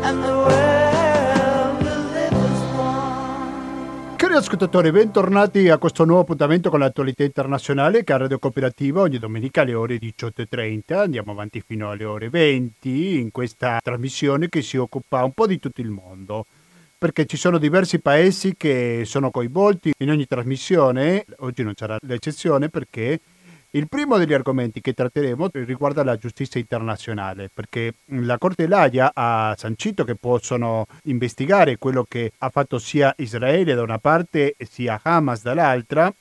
and the world will live as one. Cari ascoltatori, bentornati a questo nuovo appuntamento con l'attualità internazionale che è a Radio Cooperativa ogni domenica alle ore 18:30. Andiamo avanti fino alle ore 20 in questa trasmissione che si occupa un po' di tutto il mondo, perché ci sono diversi paesi che sono coinvolti in ogni trasmissione. Oggi non sarà l'eccezione perché il primo degli argomenti che tratteremo riguarda la giustizia internazionale, perché la Corte dell'Aia ha sancito che possono investigare quello che ha fatto sia Israele da una parte e sia Hamas dall'altra.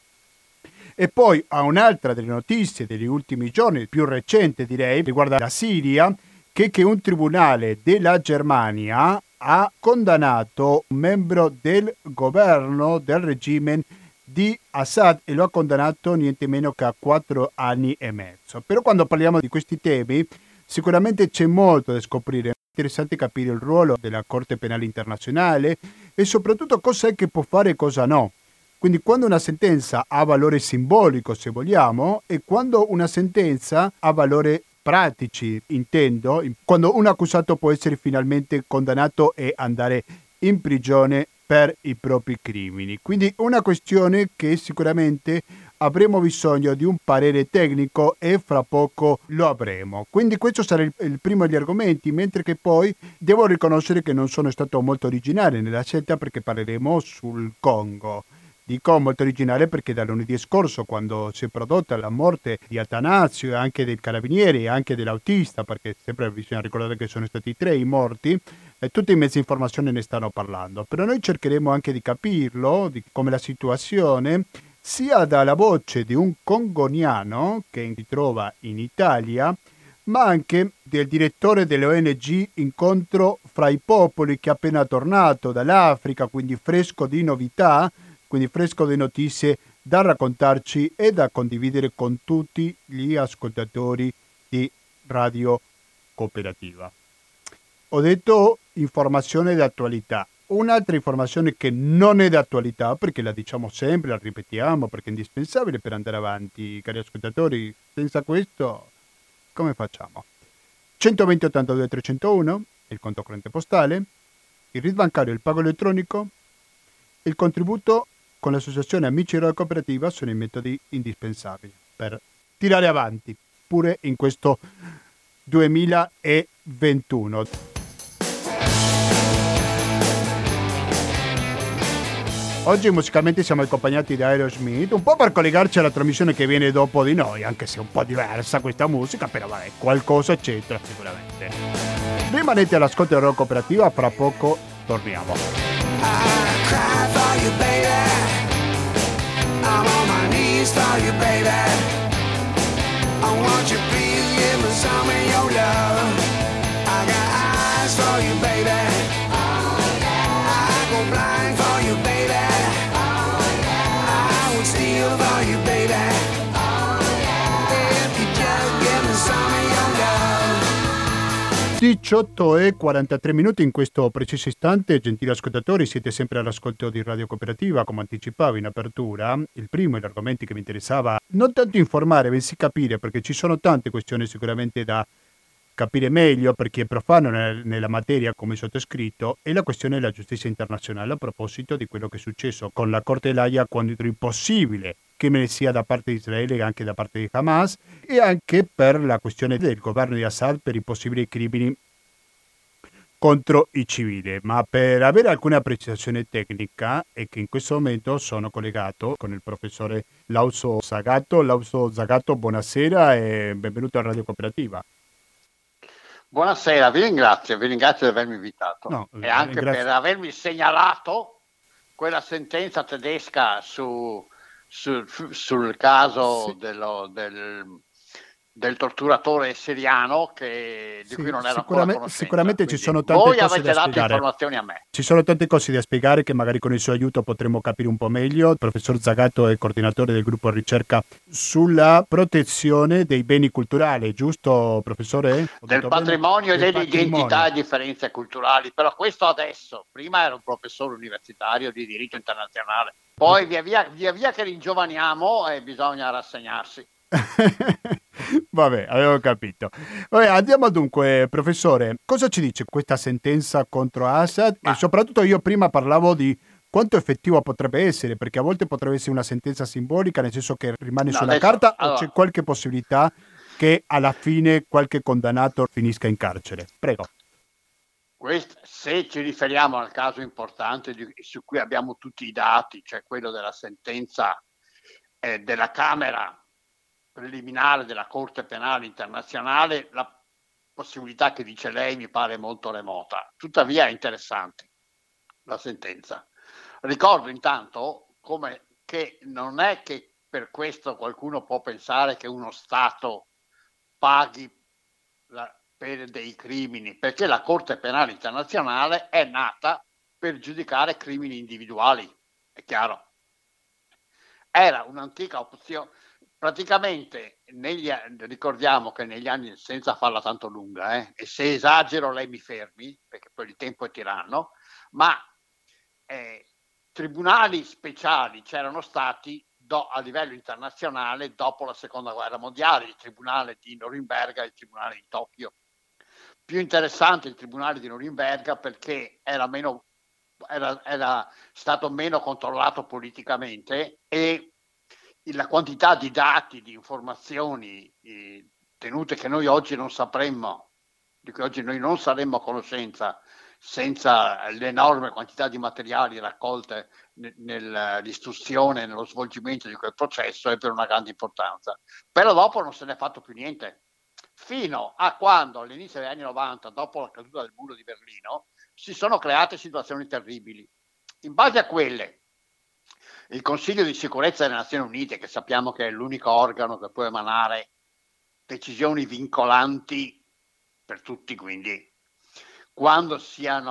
E poi a un'altra delle notizie degli ultimi giorni, più recente direi, riguarda la Siria, che un tribunale della Germania ha condannato un membro del governo del regime di Assad e lo ha condannato niente meno che a 4 anni e mezzo. Però quando parliamo di questi temi sicuramente c'è molto da scoprire. È interessante capire il ruolo della Corte Penale Internazionale e soprattutto cosa è che può fare e cosa no. Quindi quando una sentenza ha valore simbolico, se vogliamo, e quando una sentenza ha valore pratici, intendo, quando un accusato può essere finalmente condannato e andare in prigione per i propri crimini. Quindi una questione che sicuramente avremo bisogno di un parere tecnico e fra poco lo avremo. Quindi questo sarà il primo degli argomenti, mentre che poi devo riconoscere che non sono stato molto originale nella scelta perché parleremo sul Congo. Dico molto originale perché da lunedì scorso, quando si è prodotta la morte di Atanasio e anche del carabiniere e anche dell'autista, perché sempre bisogna ricordare che sono stati 3 i morti, tutti i mezzi di informazione ne stanno parlando. Però noi cercheremo anche di capirlo, di come la situazione, sia dalla voce di un congoniano che si trova in Italia, ma anche del direttore dell'ONG Incontro fra i Popoli, che è appena tornato dall'Africa, quindi fresco di novità, quindi fresco di notizie da raccontarci e da condividere con tutti gli ascoltatori di Radio Cooperativa. Ho detto informazione d'attualità. Un'altra informazione che non è d'attualità, perché la diciamo sempre, la ripetiamo, perché è indispensabile per andare avanti, cari ascoltatori. Senza questo, come facciamo? 120 82 301, il conto corrente postale, il RID bancario, il pago elettronico, il contributo con l'associazione Amici della Cooperativa sono i metodi indispensabili per tirare avanti, pure in questo 2021. Oggi musicalmente siamo accompagnati da Aerosmith, un po' per collegarci alla trasmissione che viene dopo di noi, anche se è un po' diversa questa musica, però vabbè, qualcosa c'entra sicuramente. Rimanete all'ascolto della Cooperativa, fra poco torniamo. I'm on my knees for you, baby. I want you, please give me some of your love. I got eyes for you, baby. I go blind for you, baby. I would steal for you, baby. If you just give me some of your love. 18:43 in questo preciso istante, gentili ascoltatori, siete sempre all'ascolto di Radio Cooperativa. Come anticipavo in apertura, il primo degli argomenti che mi interessava non tanto informare, bensì capire, perché ci sono tante questioni sicuramente da capire meglio per chi è profano nella materia come sottoscritto, è la questione della giustizia internazionale a proposito di quello che è successo con la Corte dell'Aia quando è impossibile che me ne sia da parte di Israele e anche da parte di Hamas, e anche per la questione del governo di Assad per i possibili crimini contro i civili. Ma per avere alcuna precisazione tecnica è che in questo momento sono collegato con il professore Lauso Zagato. Lauso Zagato, buonasera e benvenuto a Radio Cooperativa. Buonasera, vi ringrazio di avermi invitato e anche per avermi segnalato quella sentenza tedesca sul caso sì, del torturatore siriano di cui non ero ancora a conoscenza. Sicuramente ci sono tante cose da spiegare. Voi avete dato informazioni a me. Ci sono tante cose da spiegare che magari con il suo aiuto potremo capire un po' meglio. Il professor Zagato è coordinatore del gruppo ricerca sulla protezione dei beni culturali, giusto professore? Del patrimonio e delle identità e differenze culturali, però questo adesso. Prima ero un professore universitario di diritto internazionale, poi via via che ringiovaniamo e bisogna rassegnarsi. Vabbè, avevo capito. Vabbè, andiamo dunque, professore. Cosa ci dice questa sentenza contro Assad? E soprattutto io prima parlavo di quanto effettiva potrebbe essere, perché a volte potrebbe essere una sentenza simbolica, nel senso che rimane sulla carta, o c'è qualche possibilità che alla fine qualche condannato finisca in carcere? Prego. Se ci riferiamo al caso importante su cui abbiamo tutti i dati, cioè quello della sentenza della Camera preliminare della Corte Penale Internazionale, la possibilità che dice lei mi pare molto remota. Tuttavia è interessante la sentenza. Ricordo intanto che non è che per questo qualcuno può pensare che uno Stato paghi per dei crimini, perché la Corte Penale Internazionale è nata per giudicare crimini individuali, è chiaro. Era un'antica opzione. Praticamente, ricordiamo che negli anni, senza farla tanto lunga, e se esagero lei mi fermi, perché poi il tempo è tiranno, ma tribunali speciali c'erano stati a livello internazionale dopo la Seconda Guerra Mondiale, il Tribunale di Norimberga e il Tribunale di Tokyo. Più interessante il Tribunale di Norimberga perché era stato meno controllato politicamente e la quantità di dati, di informazioni tenute che noi oggi non sapremmo, di cui oggi noi non saremmo a conoscenza senza l'enorme quantità di materiali raccolte nell'istruzione, nello svolgimento di quel processo, è per una grande importanza. Però dopo non se ne è fatto più niente, fino a quando all'inizio degli anni 90, dopo la caduta del muro di Berlino, si sono create situazioni terribili. In base a quelle, il Consiglio di sicurezza delle Nazioni Unite, che sappiamo che è l'unico organo che può emanare decisioni vincolanti per tutti, quindi quando sia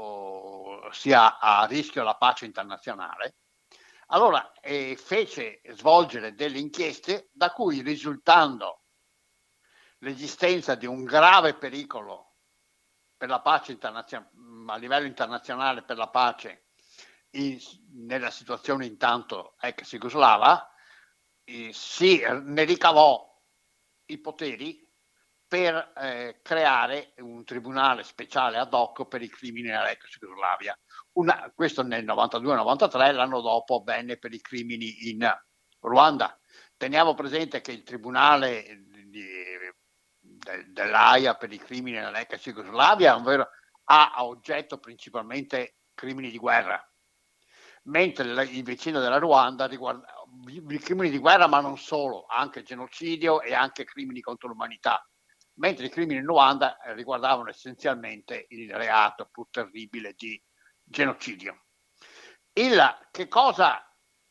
a rischio la pace internazionale, allora fece svolgere delle inchieste da cui, risultando l'esistenza di un grave pericolo per la pace internazionale, a livello internazionale per la pace nella situazione intanto ex jugoslava, ne ricavò i poteri per creare un tribunale speciale ad hoc per i crimini nell'ex Jugoslavia. Questo nel 92-93, l'anno dopo avvenne per i crimini in Ruanda. Teniamo presente che il tribunale dell'AIA per i crimini nell'ex Jugoslavia ha a oggetto principalmente crimini di guerra, mentre il vicino della Ruanda riguarda i crimini di guerra, ma non solo, anche genocidio e anche crimini contro l'umanità, mentre i crimini in Ruanda riguardavano essenzialmente il reato pur terribile di genocidio. Che cosa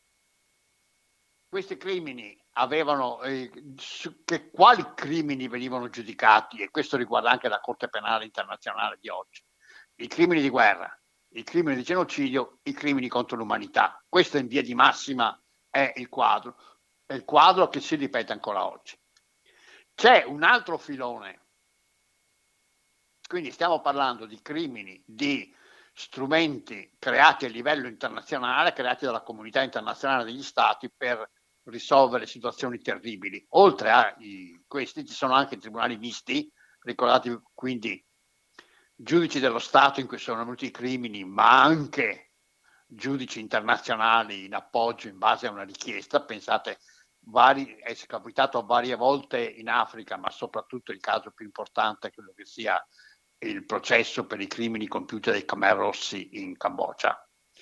questi crimini avevano, quali crimini venivano giudicati, e questo riguarda anche la Corte Penale Internazionale di oggi: i crimini di guerra, i crimini di genocidio, i crimini contro l'umanità. Questo in via di massima è il quadro che si ripete ancora oggi. C'è un altro filone, quindi stiamo parlando di crimini, di strumenti creati a livello internazionale, creati dalla comunità internazionale degli stati per risolvere situazioni terribili. Oltre a questi ci sono anche tribunali misti, ricordati quindi giudici dello Stato in cui sono venuti i crimini, ma anche giudici internazionali in appoggio in base a una richiesta. Pensate, è capitato varie volte in Africa, ma soprattutto il caso più importante credo che sia il processo per i crimini compiuti dai Khmer Rossi in Cambogia.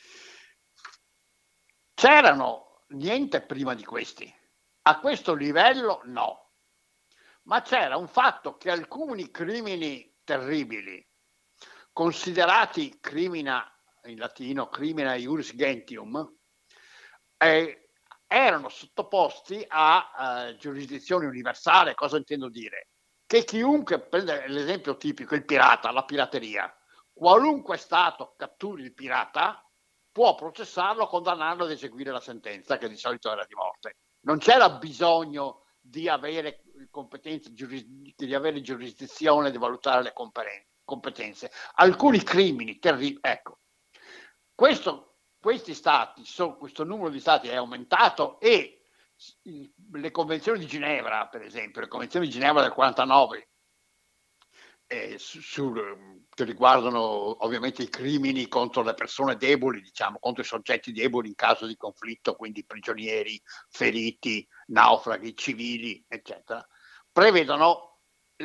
C'erano niente prima di questi, a questo livello no, ma c'era un fatto che alcuni crimini terribili, considerati crimina, in latino crimina iuris gentium, erano sottoposti a giurisdizione universale. Cosa intendo dire? Che chiunque, prende l'esempio tipico, il pirata, la pirateria, qualunque Stato catturi il pirata può processarlo, condannarlo ad eseguire la sentenza, che di solito era di morte. Non c'era bisogno di avere competenze, di avere giurisdizione, di valutare le competenze. Alcuni crimini terribili, ecco, questi stati, questo numero di stati è aumentato, e le convenzioni di Ginevra, per esempio, le convenzioni di Ginevra del 49, che riguardano ovviamente i crimini contro le persone deboli, diciamo, contro i soggetti deboli in caso di conflitto, quindi prigionieri, feriti, naufraghi, civili, eccetera, prevedono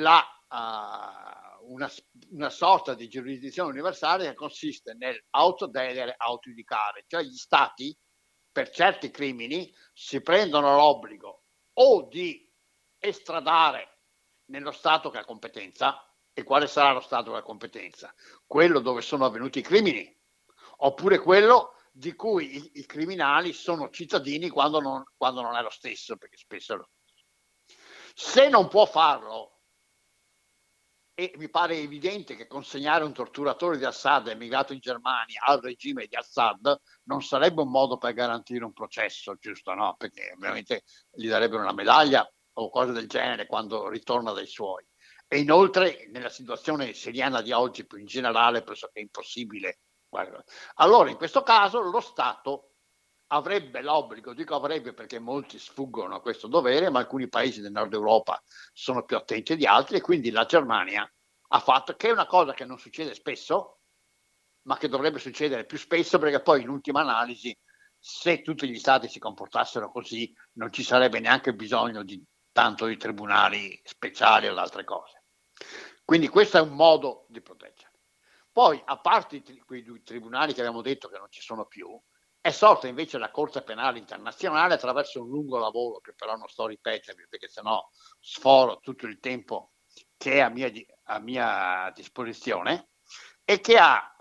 una sorta di giurisdizione universale che consiste nel autodelegare, autogiudicare, cioè gli stati per certi crimini si prendono l'obbligo o di estradare nello stato che ha competenza. E quale sarà lo stato che ha competenza? Quello dove sono avvenuti i crimini, oppure quello di cui i criminali sono cittadini quando non è lo stesso, perché spesso è lo stesso. Se non può farlo, e mi pare evidente che consegnare un torturatore di Assad emigrato in Germania al regime di Assad non sarebbe un modo per garantire un processo, giusto? No? Perché ovviamente gli darebbero una medaglia o cose del genere quando ritorna dai suoi. E inoltre nella situazione siriana di oggi, più in generale, pressoché impossibile. Allora in questo caso lo Stato avrebbe l'obbligo, dico avrebbe perché molti sfuggono a questo dovere, ma alcuni paesi del nord Europa sono più attenti di altri, e quindi la Germania ha fatto, che è una cosa che non succede spesso, ma che dovrebbe succedere più spesso, perché poi in ultima analisi, se tutti gli stati si comportassero così, non ci sarebbe neanche bisogno di tanto di tribunali speciali o altre cose. Quindi questo è un modo di proteggere. Poi, a parte quei due tribunali che abbiamo detto che non ci sono più, è sorta invece la Corte Penale Internazionale attraverso un lungo lavoro che però non sto a ripetervi perché sennò sforo tutto il tempo che è a mia disposizione, e che ha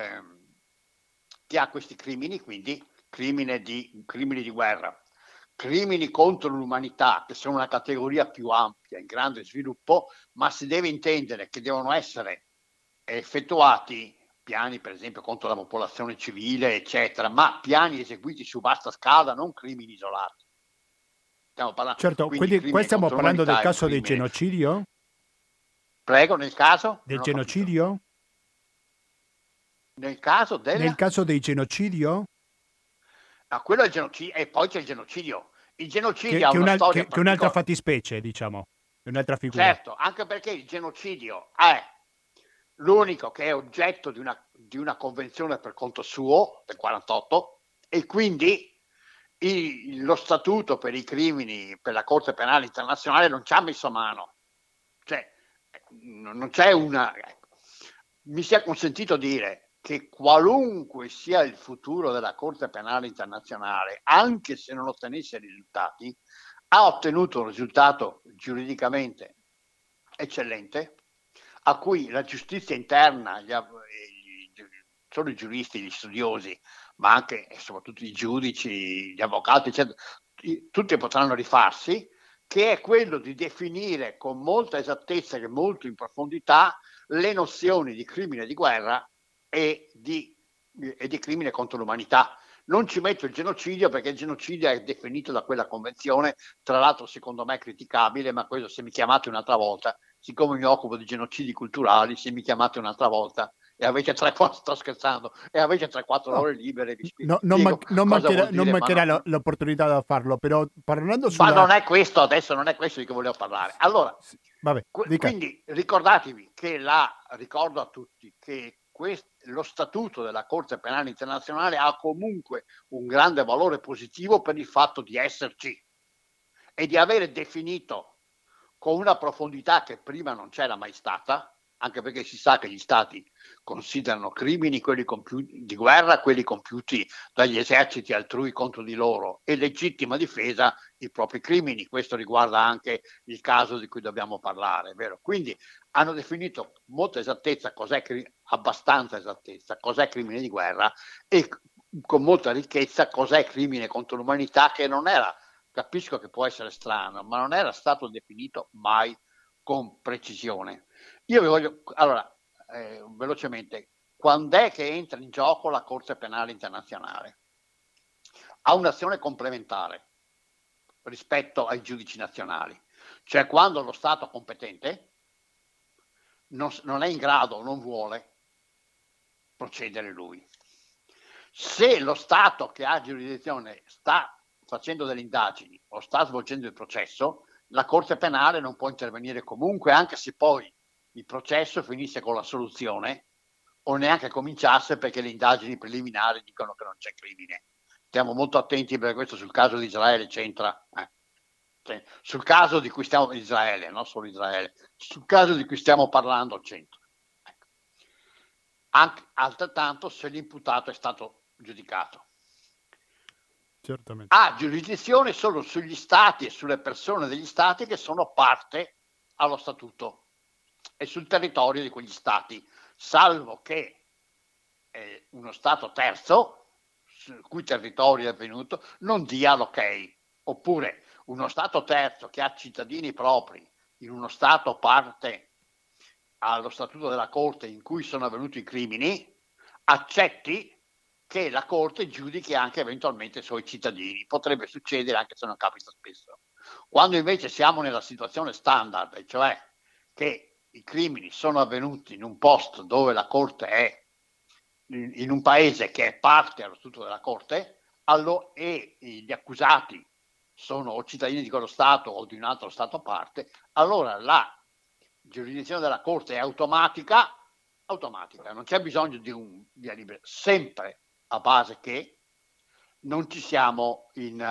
questi crimini, quindi crimini di guerra, crimini contro l'umanità, che sono una categoria più ampia, in grande sviluppo, ma si deve intendere che devono essere effettuati piani, per esempio, contro la popolazione civile, eccetera, ma piani eseguiti su vasta scala, non crimini isolati. Stiamo parlando, Certo, quindi qua stiamo parlando del caso del genocidio? Prego, nel caso? Del genocidio? Nel caso Nel caso del genocidio? quello è il genocidio, e poi c'è il genocidio. Il genocidio ha Che una storia che un'altra fattispecie, diciamo, un'altra figura. Certo, anche perché il genocidio è l'unico che è oggetto di una convenzione per conto suo del 48, e quindi lo statuto per i crimini per la Corte Penale Internazionale non ci ha messo mano. Cioè, non c'è mi sia consentito dire che qualunque sia il futuro della Corte Penale Internazionale, anche se non ottenesse risultati, ha ottenuto un risultato giuridicamente eccellente, a cui la giustizia interna, solo i giuristi, gli studiosi, ma anche e soprattutto i giudici, gli avvocati, eccetera, tutti potranno rifarsi, che è quello di definire con molta esattezza e molto in profondità le nozioni di crimine di guerra e di crimine contro l'umanità. Non ci metto il genocidio perché il genocidio è definito da quella convenzione, tra l'altro secondo me criticabile, ma questo se mi chiamate un'altra volta, siccome mi occupo di genocidi culturali, se mi chiamate un'altra volta e avete 3-4, sto scherzando, e avete 3-4 ore libere, vi spiego. Non mancherà l'opportunità da farlo, però parlando sulla... Ma non è questo, adesso non è questo di cui volevo parlare. Allora, vabbè, quindi ricordatevi che ricordo a tutti che lo statuto della Corte Penale Internazionale ha comunque un grande valore positivo per il fatto di esserci e di avere definito con una profondità che prima non c'era mai stata, anche perché si sa che gli stati considerano crimini quelli di guerra, quelli compiuti dagli eserciti altrui contro di loro, e legittima difesa i propri crimini. Questo riguarda anche il caso di cui dobbiamo parlare, vero? Quindi hanno definito con molta esattezza abbastanza esattezza cos'è crimine di guerra, e con molta ricchezza cos'è crimine contro l'umanità, che non era, capisco che può essere strano, ma non era stato definito mai con precisione. Io vi voglio, allora, velocemente, quando è che entra in gioco la Corte Penale Internazionale? Ha un'azione complementare rispetto ai giudici nazionali, cioè quando lo Stato competente non è in grado, non vuole procedere lui. Se lo Stato che ha giurisdizione sta facendo delle indagini o sta svolgendo il processo, la Corte Penale non può intervenire comunque, anche se poi il processo finisse con la soluzione o neanche cominciasse, perché le indagini preliminari dicono che non c'è crimine. Stiamo molto attenti, perché questo sul caso di Israele c'entra. Sul caso di cui stiamo Israele, non solo Israele, sul caso di cui stiamo parlando c'entra. Ecco. Anche altrettanto se l'imputato è stato giudicato. Certamente. Ha giurisdizione solo sugli stati e sulle persone degli stati che sono parte allo statuto e sul territorio di quegli stati, salvo che uno stato terzo, sul cui territorio è avvenuto, non dia l'ok. Oppure uno stato terzo che ha cittadini propri in uno stato parte allo statuto della Corte in cui sono avvenuti i crimini, accetti che la Corte giudichi anche eventualmente i suoi cittadini. Potrebbe succedere, anche se non capita spesso. Quando invece siamo nella situazione standard, e cioè che i crimini sono avvenuti in un posto dove la Corte è, in un paese che è parte allo statuto della Corte, e gli accusati sono o cittadini di quello Stato o di un altro Stato parte, allora la giurisdizione della Corte è automatica, non c'è bisogno di un via libera, sempre a base che non ci siamo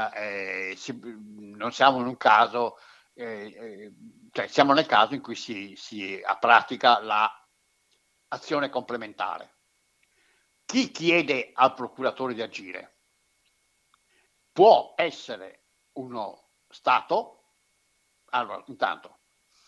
non siamo in un caso, cioè siamo nel caso in cui si pratica l'azione complementare. Chi chiede al procuratore di agire può essere uno Stato. Allora, intanto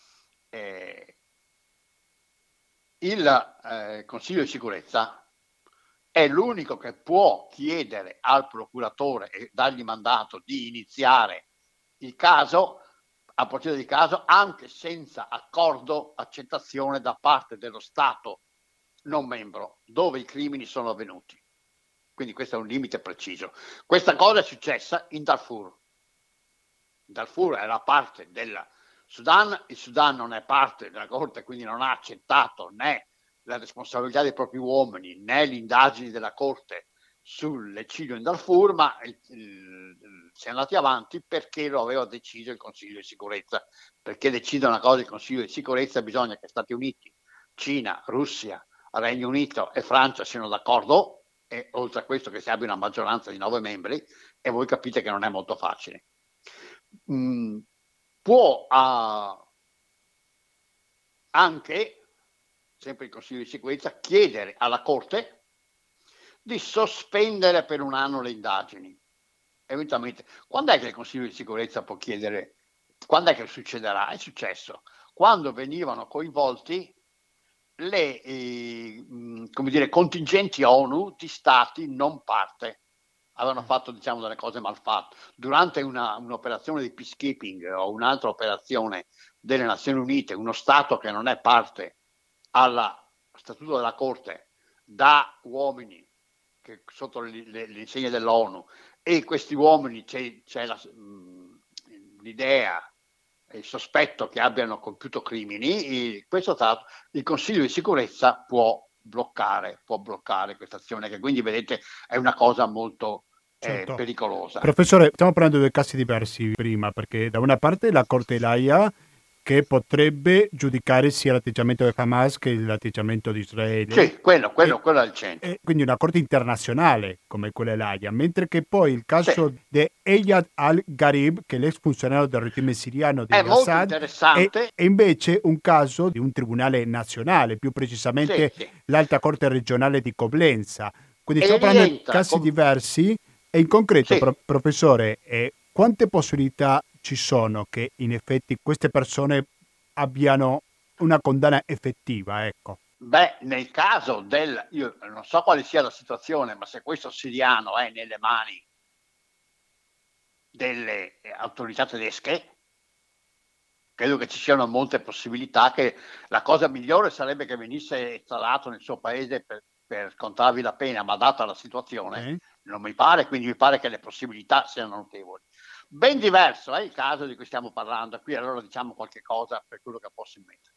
il Consiglio di sicurezza è l'unico che può chiedere al procuratore e dargli mandato di iniziare il caso, a partire del caso, anche senza accordo, accettazione da parte dello Stato non membro dove i crimini sono avvenuti. Quindi questo è un limite preciso. Questa cosa è successa in Darfur. Darfur era parte del Sudan, il Sudan non è parte della Corte, quindi non ha accettato né la responsabilità dei propri uomini né le indagini della Corte sull'eccidio in Darfur, ma si è andati avanti perché lo aveva deciso il Consiglio di sicurezza. Perché decide una cosa il Consiglio di sicurezza bisogna che Stati Uniti, Cina, Russia, Regno Unito e Francia siano d'accordo, e oltre a questo che si abbia una maggioranza di 9 membri, e voi capite che non è molto facile. Può anche, sempre il Consiglio di sicurezza, chiedere alla Corte di sospendere per un anno le indagini. Eventualmente, quando è che il Consiglio di sicurezza può chiedere? Quando è che succederà? È successo quando venivano coinvolti le contingenti ONU di stati non parte. Avevano fatto, diciamo, delle cose mal fatte. Durante un'operazione di peacekeeping o un'altra operazione delle Nazioni Unite, uno Stato che non è parte allo Statuto della Corte da uomini che sotto l'insegna dell'ONU, e questi uomini c'è l'idea, il sospetto che abbiano compiuto crimini, il Consiglio di sicurezza può bloccare questa azione, che quindi vedete è una cosa molto pericolosa. Professore, stiamo parlando di due casi diversi prima, perché da una parte la Corte dell'Aia che potrebbe giudicare sia l'atteggiamento di Hamas che l'atteggiamento di Israele. Sì, quello è il centro. Quindi una corte internazionale come quella dell'Aia, mentre che poi il caso di Eyad al-Gharib, che è l'ex funzionario del regime siriano di Assad, molto Assad, interessante. è invece un caso di un tribunale nazionale, più precisamente l'Alta Corte regionale di Coblenza. Quindi stiamo parlando di casi diversi. E in concreto, professore, quante possibilità ci sono che in effetti queste persone abbiano una condanna effettiva, ecco? Beh, nel caso io non so quale sia la situazione, ma se questo siriano è nelle mani delle autorità tedesche, credo che ci siano molte possibilità, che la cosa migliore sarebbe che venisse estradato nel suo paese per scontarvi la pena, ma data la situazione non mi pare, quindi mi pare che le possibilità siano notevoli. Ben diverso è il caso di cui stiamo parlando, qui allora diciamo qualche cosa per quello che posso immettere.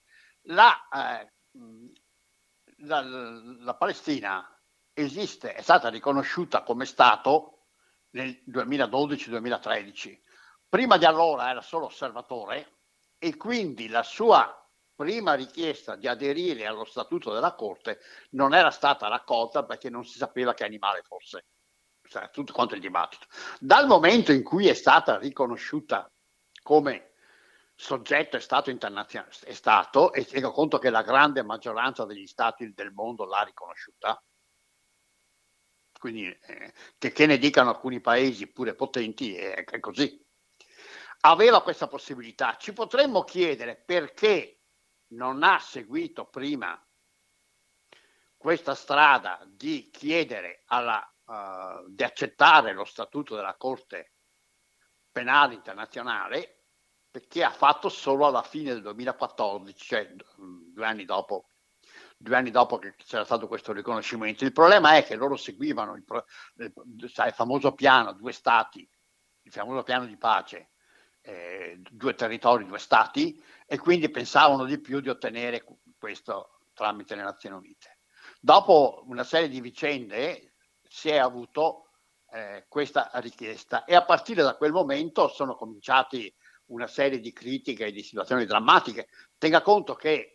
La Palestina è stata riconosciuta come Stato nel 2012-2013. Prima di allora era solo osservatore e quindi la sua prima richiesta di aderire allo statuto della Corte non era stata raccolta perché non si sapeva che animale fosse. Cioè, tutto quanto il dibattito. Dal momento in cui è stata riconosciuta come soggetto è stato internazionale, e tengo conto che la grande maggioranza degli stati del mondo l'ha riconosciuta, quindi che ne dicano alcuni paesi pure potenti, è così. Aveva questa possibilità. Ci potremmo chiedere perché non ha seguito prima questa strada di chiedere di accettare lo statuto della Corte Penale Internazionale, perché ha fatto solo alla fine del 2014, cioè 2 anni dopo che c'era stato questo riconoscimento. Il problema è che loro seguivano il famoso piano 2 stati, il famoso piano di pace, 2 territori, 2 stati, e quindi pensavano di più di ottenere questo tramite le Nazioni Unite. Dopo una serie di vicende si è avuto questa richiesta e a partire da quel momento sono cominciati una serie di critiche e di situazioni drammatiche. Tenga conto che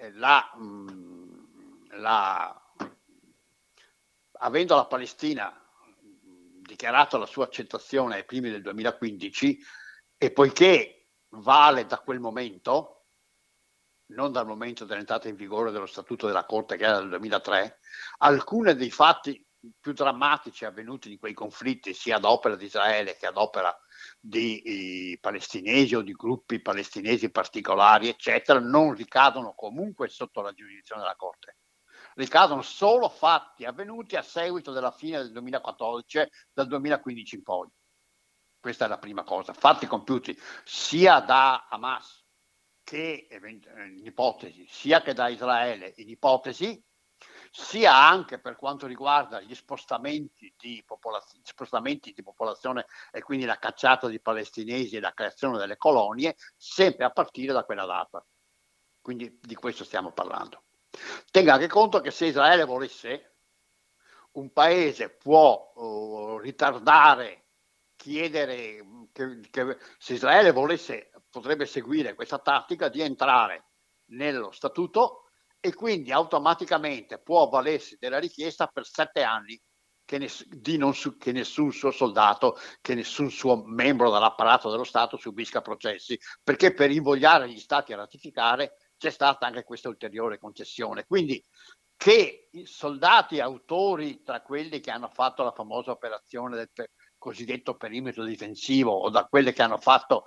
avendo la Palestina dichiarato la sua accettazione ai primi del 2015 e poiché vale da quel momento, non dal momento dell'entrata in vigore dello Statuto della Corte che era del 2003, alcuni dei fatti più drammatici avvenuti in quei conflitti, sia ad opera di Israele che ad opera di palestinesi o di gruppi palestinesi particolari, eccetera, non ricadono comunque sotto la giurisdizione della Corte. Ricadono solo fatti avvenuti a seguito della fine del 2014, cioè dal 2015 in poi. Questa è la prima cosa. Fatti compiuti sia da Hamas che in ipotesi, sia che da Israele in ipotesi, sia anche per quanto riguarda gli spostamenti di popolazione e quindi la cacciata di palestinesi e la creazione delle colonie, sempre a partire da quella data. Quindi di questo stiamo parlando. Tenga anche conto che se Israele volesse, un paese può ritardare, chiedere che se Israele volesse potrebbe seguire questa tattica di entrare nello statuto e quindi automaticamente può avvalersi della richiesta per 7 anni che nessun suo soldato, che nessun suo membro dell'apparato dello Stato subisca processi, perché per invogliare gli Stati a ratificare c'è stata anche questa ulteriore concessione. Quindi che i soldati autori, tra quelli che hanno fatto la famosa operazione del cosiddetto perimetro difensivo o da quelle che hanno fatto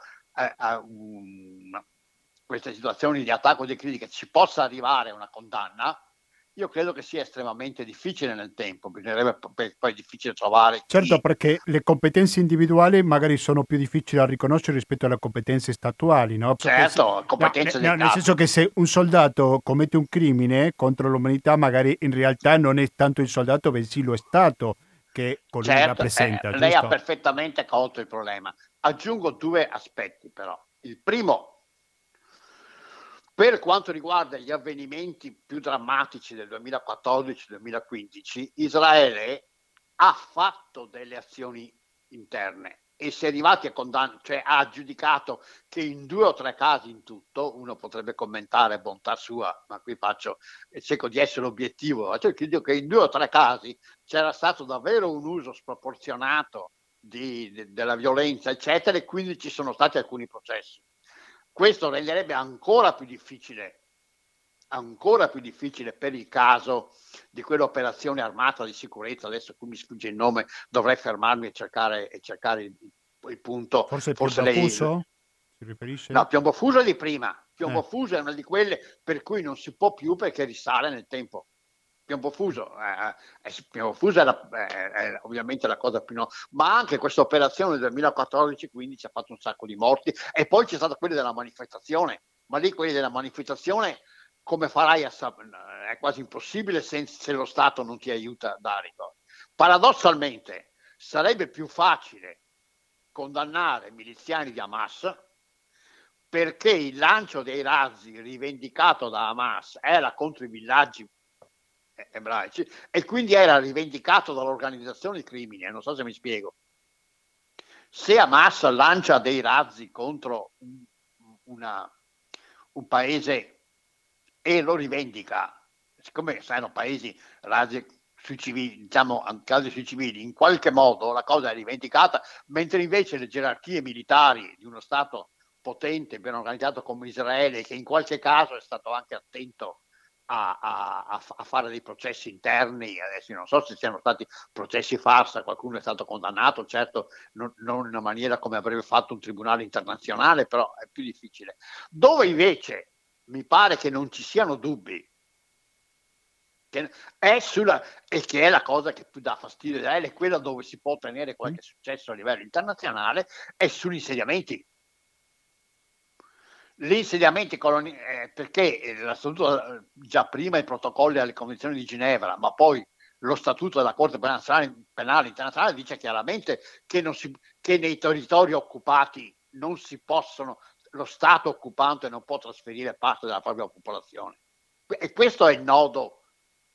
queste situazioni di attacco di critica, ci possa arrivare a una condanna, io credo che sia estremamente difficile nel tempo, bisognerebbe poi difficile trovare. Certo, perché le competenze individuali magari sono più difficili da riconoscere rispetto alle competenze statuali, no? Certo, competenze nel senso che se un soldato commette un crimine contro l'umanità, magari in realtà non è tanto il soldato, bensì lo Stato che colui rappresenta. Lei ha perfettamente colto il problema. Aggiungo 2 aspetti però. Il primo, per quanto riguarda gli avvenimenti più drammatici del 2014-2015, Israele ha fatto delle azioni interne e si è arrivati a condanna, cioè ha giudicato che in 2 o 3 casi in tutto, uno potrebbe commentare bontà sua, ma qui cerco di essere obiettivo, cioè dico che in 2 o 3 casi c'era stato davvero un uso sproporzionato della violenza, eccetera, e quindi ci sono stati alcuni processi. Questo renderebbe ancora più difficile per il caso di quell'operazione armata di sicurezza, adesso qui mi sfugge il nome, dovrei fermarmi e cercare il punto. Forse Piombo Fuso? Si riferisce? No, Piombo Fuso è di prima. Piombo Fuso è una di quelle per cui non si può più perché risale nel tempo. Piombo Fuso è ovviamente la cosa più ma anche questa operazione del 2014-15 ha fatto un sacco di morti e poi c'è stata quella della manifestazione, ma lì quelli della manifestazione come farai è quasi impossibile se lo Stato non ti aiuta a dare. Paradossalmente sarebbe più facile condannare miliziani di Hamas perché il lancio dei razzi rivendicato da Hamas era contro i villaggi ebraici e quindi era rivendicato dall'organizzazione di crimini, non so se mi spiego. se Hamas lancia dei razzi contro un paese e lo rivendica, siccome saranno paesi razzi sui civili, diciamo, casi sui civili, in qualche modo la cosa è rivendicata, mentre invece le gerarchie militari di uno Stato potente, ben organizzato come Israele, che in qualche caso è stato anche attento a fare dei processi interni, adesso non so se siano stati processi farsa, qualcuno è stato condannato, certo non in una maniera come avrebbe fatto un tribunale internazionale, però è più difficile. Dove invece mi pare che non ci siano dubbi, che è la cosa che più dà fastidio a Israele, è quella dove si può ottenere qualche successo a livello internazionale, è sugli insediamenti. Gli insediamenti perché la statuto, già prima i protocolli alle convenzioni di Ginevra, ma poi lo statuto della Corte Penale Internazionale dice chiaramente che nei territori occupati non si possono, lo Stato occupante non può trasferire parte della propria popolazione. E questo è il nodo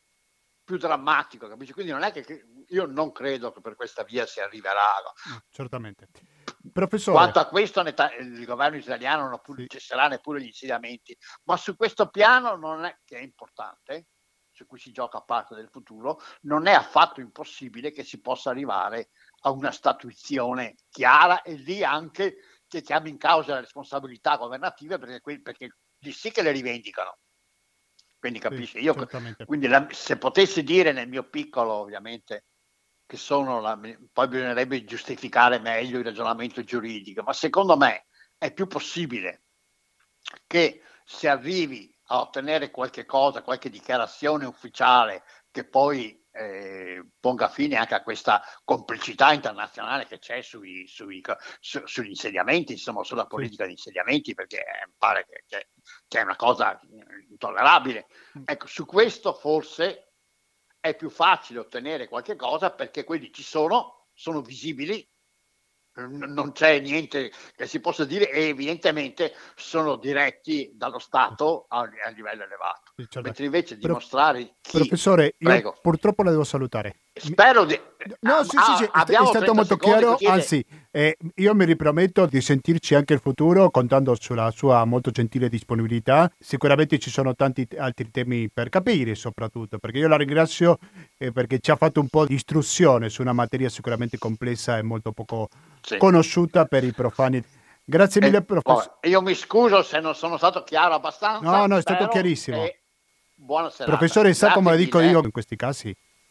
più drammatico, capisci? Quindi non è che io non credo che per questa via si arriverà. No, certamente. Professore. Quanto a questo il governo israeliano non cesserà neppure gli insediamenti, ma su questo piano non è che è importante, su cui si gioca parte del futuro, non è affatto impossibile che si possa arrivare a una statuizione chiara e lì anche che chiami in causa le responsabilità governative perché lì sì che le rivendicano. Quindi capisci, quindi se potessi dire nel mio piccolo ovviamente che poi bisognerebbe giustificare meglio il ragionamento giuridico, ma secondo me è più possibile che si arrivi a ottenere qualche cosa, qualche dichiarazione ufficiale che poi ponga fine anche a questa complicità internazionale che c'è sugli insediamenti, insomma, sulla politica di insediamenti, perché pare che è una cosa intollerabile. Ecco, su questo forse è più facile ottenere qualche cosa perché quelli ci sono visibili, non c'è niente che si possa dire e evidentemente sono diretti dallo Stato a livello elevato. Mentre invece dimostrare Professore, io purtroppo la devo salutare. Spero di... No, sì, è stato molto chiaro, anzi, io mi riprometto di sentirci anche in futuro contando sulla sua molto gentile disponibilità. Sicuramente ci sono tanti altri temi per capire, soprattutto, perché io la ringrazio perché ci ha fatto un po' di istruzione su una materia sicuramente complessa e molto poco conosciuta per i profani. Grazie mille, professore. Io mi scuso se non sono stato chiaro abbastanza. No, è stato chiarissimo. Buona serata. Professore, sa come lo dico io in questi casi?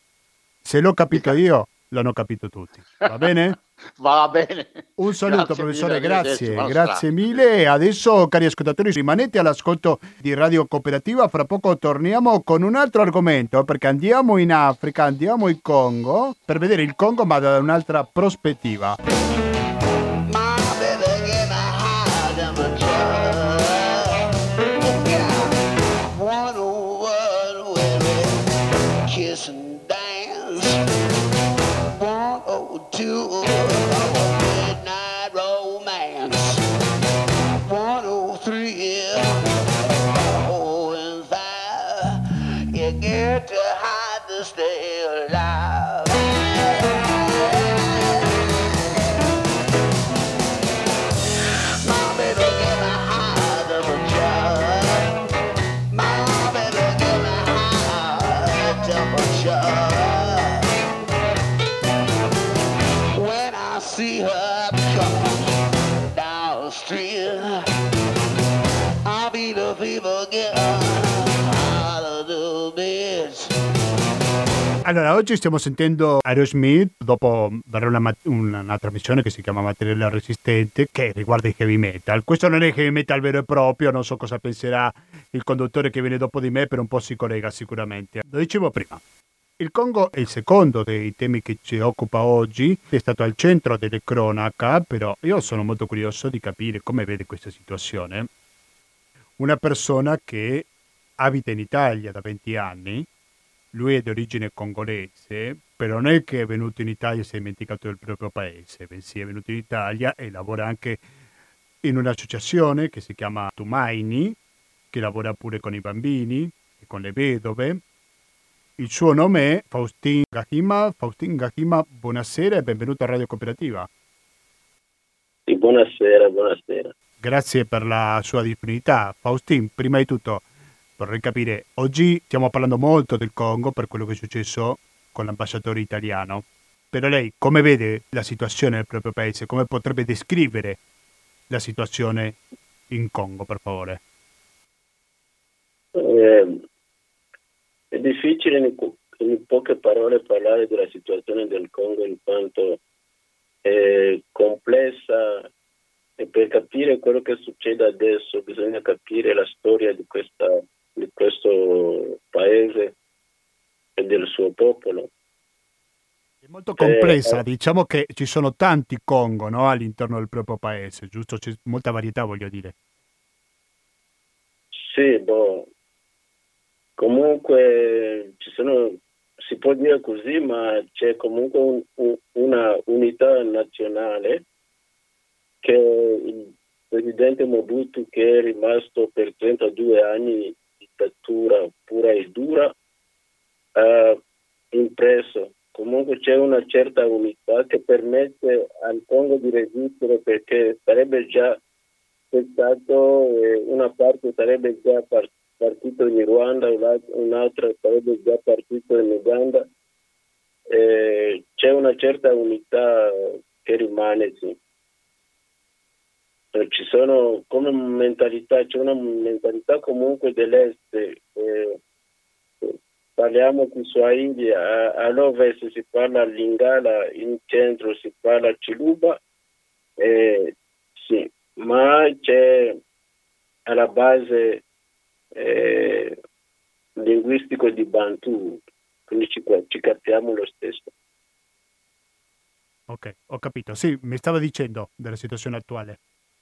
Se l'ho capito io, l'hanno capito tutti. Va bene? Va bene. Un saluto, professore, grazie mille. E adesso, cari ascoltatori, rimanete all'ascolto di Radio Cooperativa. Fra poco torniamo con un altro argomento, perché andiamo in Africa, andiamo in Congo, per vedere il Congo ma da un'altra prospettiva. Allora, oggi stiamo sentendo Aerosmith, dopo verrà una trasmissione che si chiama Materiale Resistente, che riguarda il heavy metal. Questo non è heavy metal vero e proprio, non so cosa penserà il conduttore che viene dopo di me, per un po' si collega sicuramente. Lo dicevo prima. Il Congo è il secondo dei temi che ci occupa oggi, è stato al centro delle cronache, però io sono molto curioso di capire come vede questa situazione. Una persona che abita in Italia da 20 anni, lui è di origine congolese, però non è che è venuto in Italia e si è dimenticato del proprio paese, bensì è venuto in Italia e lavora anche in un'associazione che si chiama Tumaini, che lavora pure con i bambini e con le vedove. Il suo nome è Faustin Gahima. Faustin Gahima, buonasera e benvenuto a Radio Cooperativa. Sì, buonasera, buonasera. Grazie per la sua disponibilità. Faustin, prima di tutto vorrei capire, oggi stiamo parlando molto del Congo per quello che è successo con l'ambasciatore italiano, però lei come vede la situazione nel proprio paese? Come potrebbe descrivere la situazione in Congo, per favore? Eh, è difficile in poche parole parlare della situazione del Congo in quanto è complessa e per capire quello che succede adesso bisogna capire la storia di questo paese e del suo popolo. È molto Eh, complessa, diciamo che ci sono tanti Congo, no, all'interno del proprio paese, giusto? C'è molta varietà, voglio dire. sì, boh, comunque si può dire così, ma c'è comunque una unità nazionale che il presidente Mobutu, che è rimasto per 32 anni in dittatura pura e dura, ha impresso. Comunque c'è una certa unità che permette al Congo di resistere perché sarebbe già stato, una parte sarebbe già partito in Ruanda, un'altra sarebbe già partito in Uganda. C'è una certa unità che rimane, sì. Ci sono come mentalità, c'è una mentalità comunque dell'est. Parliamo di Swahili, all'ovest si parla Lingala, in centro si parla Chiluba, sì, ma c'è alla base linguistico di Bantu, quindi ci capiamo lo stesso. Ok, ho capito. Sì, mi stava dicendo della situazione attuale.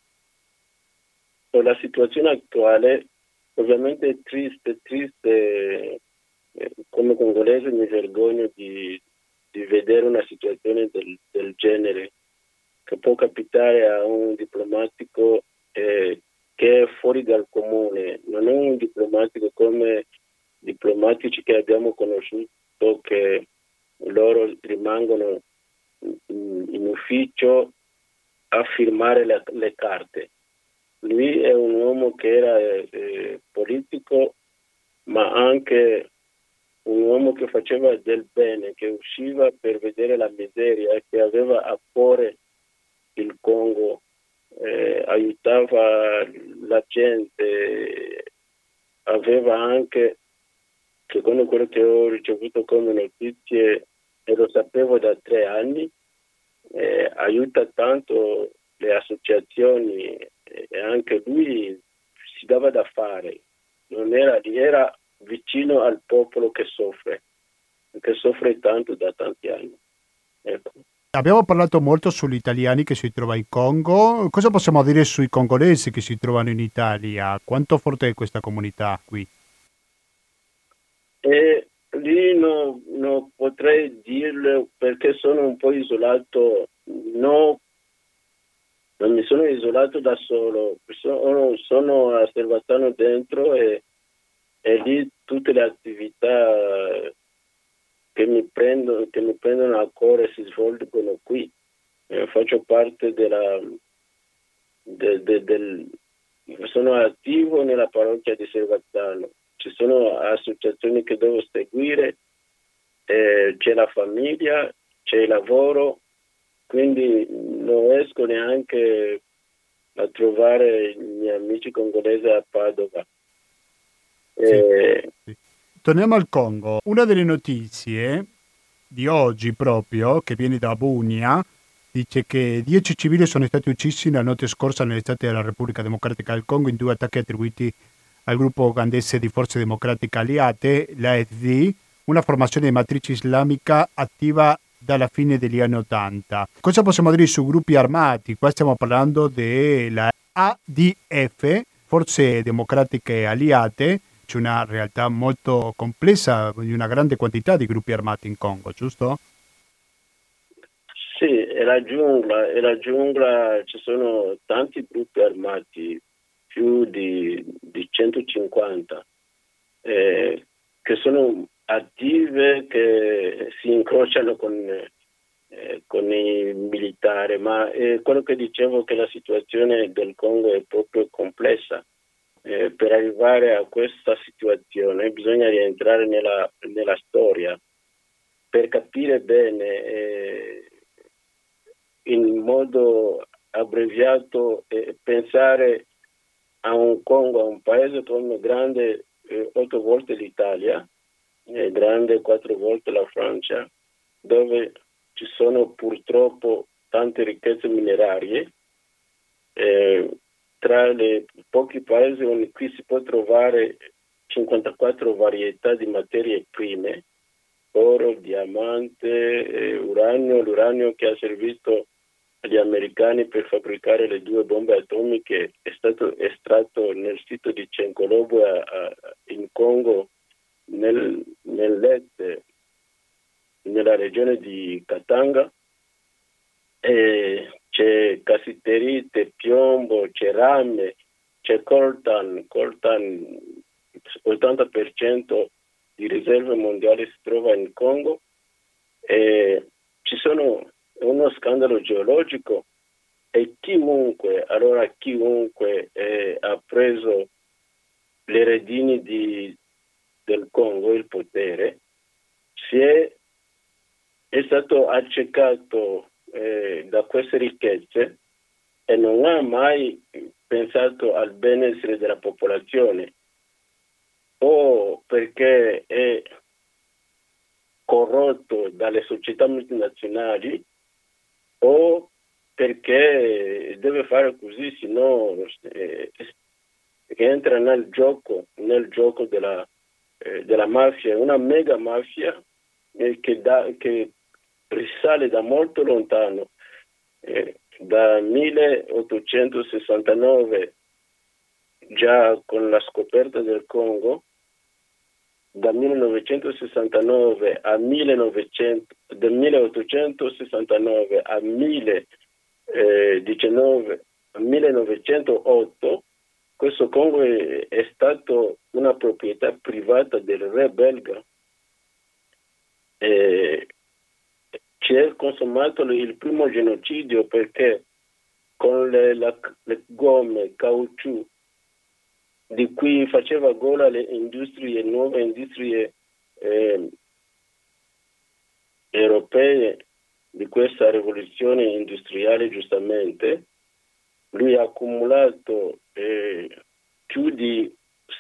La situazione attuale ovviamente è triste, come congolese mi vergogno di vedere una situazione del genere che può capitare a un diplomatico che è fuori dal comune, non è un diplomatico come diplomatici che abbiamo conosciuto che loro rimangono in ufficio a firmare le carte. Lui è un uomo che era politico, ma anche un uomo che faceva del bene, che usciva per vedere la miseria, che aveva a cuore il Congo, aiutava la gente, aveva anche, secondo quello che ho ricevuto come notizie, e lo sapevo da 3 anni, aiuta tanto le associazioni e anche lui si dava da fare, non era lì, era vicino al popolo che soffre tanto da tanti anni. Ecco. Abbiamo parlato molto sugli italiani che si trovano in Congo. Cosa possiamo dire sui congolesi che si trovano in Italia? Quanto forte è questa comunità qui? E lì non potrei dirlo perché sono un po' isolato, no, non mi sono isolato da solo, sono a Servatano dentro e lì tutte le attività che mi prendono a cuore si svolgono qui. Faccio parte sono attivo nella parrocchia di Servatano. Ci sono associazioni che devo seguire, c'è la famiglia, c'è il lavoro, quindi non riesco neanche a trovare i miei amici congolesi a Padova. Sì. Torniamo al Congo. Una delle notizie di oggi proprio, che viene da Bunia, dice che 10 civili sono stati uccisi la notte scorsa nell'estate della Repubblica Democratica del Congo in 2 attacchi attribuiti al gruppo ugandese di Forze Democratiche Alliate, l'AFD, una formazione di matrice islamica attiva dalla fine degli anni 80. Cosa possiamo dire su gruppi armati? Qua stiamo parlando della ADF, Forze Democratiche Alliate. C'è una realtà molto complessa, di una grande quantità di gruppi armati in Congo, giusto? Sì, è la giungla, ci sono tanti gruppi armati, più di 150, che sono attive, che si incrociano con con i militari, ma quello che dicevo che la situazione del Congo è proprio complessa. Per arrivare a questa situazione bisogna rientrare nella storia per capire bene in modo abbreviato pensare a un Congo, a un paese come grande 8 volte l'Italia, grande 4 volte la Francia, dove ci sono purtroppo tante ricchezze minerarie. Tra i pochi paesi in cui si può trovare 54 varietà di materie prime, oro, diamante, uranio, l'uranio che ha servito agli americani per fabbricare le 2 bombe atomiche è stato estratto nel sito di Cenkolobo in Congo, nell'est, nella regione di Katanga. C'è cassiterite, piombo, c'è rame, c'è coltan, 80% di riserve mondiali si trova in Congo. Ci sono uno scandalo geologico e chiunque ha preso le redini del Congo, il potere, è stato accecato da queste ricchezze e non ha mai pensato al benessere della popolazione, o perché è corrotto dalle società multinazionali o perché deve fare così, sennò entra nel gioco della mafia, una mega mafia che risale da molto lontano, da 1869, già con la scoperta del Congo, da 1969 a 1869 a 1908, questo Congo è stato una proprietà privata del re belga. Si è consumato il primo genocidio perché con le gomme, caucciù, di cui faceva gola le nuove industrie europee di questa rivoluzione industriale, giustamente, lui ha accumulato più di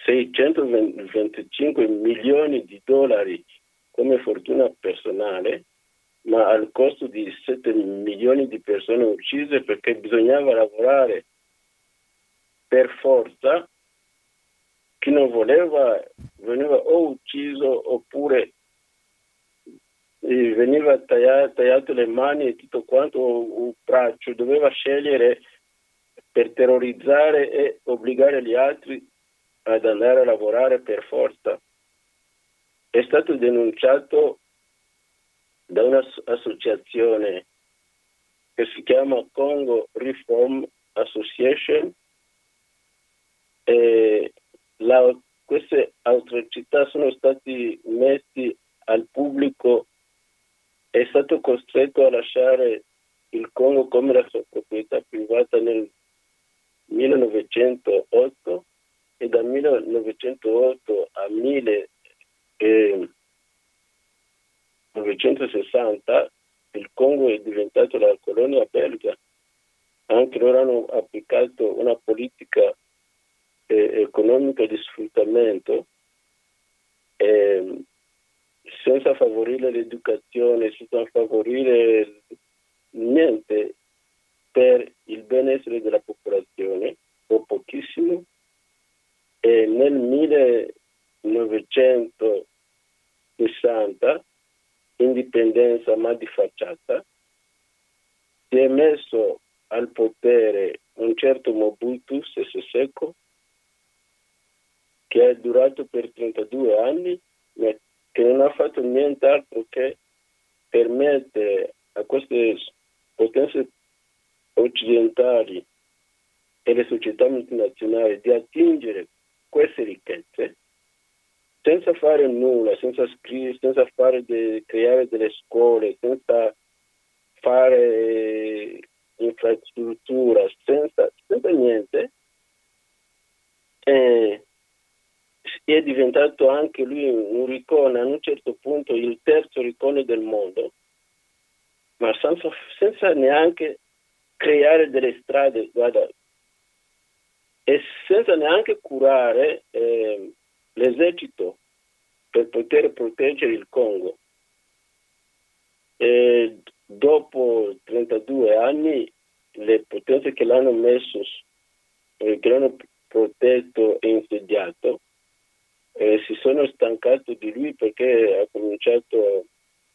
625 milioni di dollari come fortuna personale, ma al costo di 7 milioni di persone uccise perché bisognava lavorare per forza. Chi non voleva veniva o ucciso oppure veniva tagliato le mani e tutto quanto, un braccio, doveva scegliere per terrorizzare e obbligare gli altri ad andare a lavorare per forza. È stato denunciato da un'associazione che si chiama Congo Reform Association e queste atrocità sono stati messi al pubblico. È stato costretto a lasciare il Congo come la sua proprietà privata nel 1908 e dal 1908 a 1960 il Congo è diventato la colonia belga. Anche loro hanno applicato una politica economica di sfruttamento senza favorire l'educazione, senza favorire niente per il benessere della popolazione, o pochissimo. E nel 1960, indipendenza ma di facciata, si è messo al potere un certo Mobutu Sese Seko, che è durato per 32 anni, ma che non ha fatto nient'altro che permettere a queste potenze occidentali e le società multinazionali di attingere queste ricchezze senza fare nulla, senza creare delle scuole, senza fare infrastruttura senza niente, è diventato anche lui un riccone, a un certo punto il terzo riccone del mondo, ma senza neanche creare delle strade, guarda, e senza neanche curare l'esercito per poter proteggere il Congo. E dopo 32 anni le potenze che l'hanno messo, che l'hanno protetto e insediato, si sono stancato di lui perché ha cominciato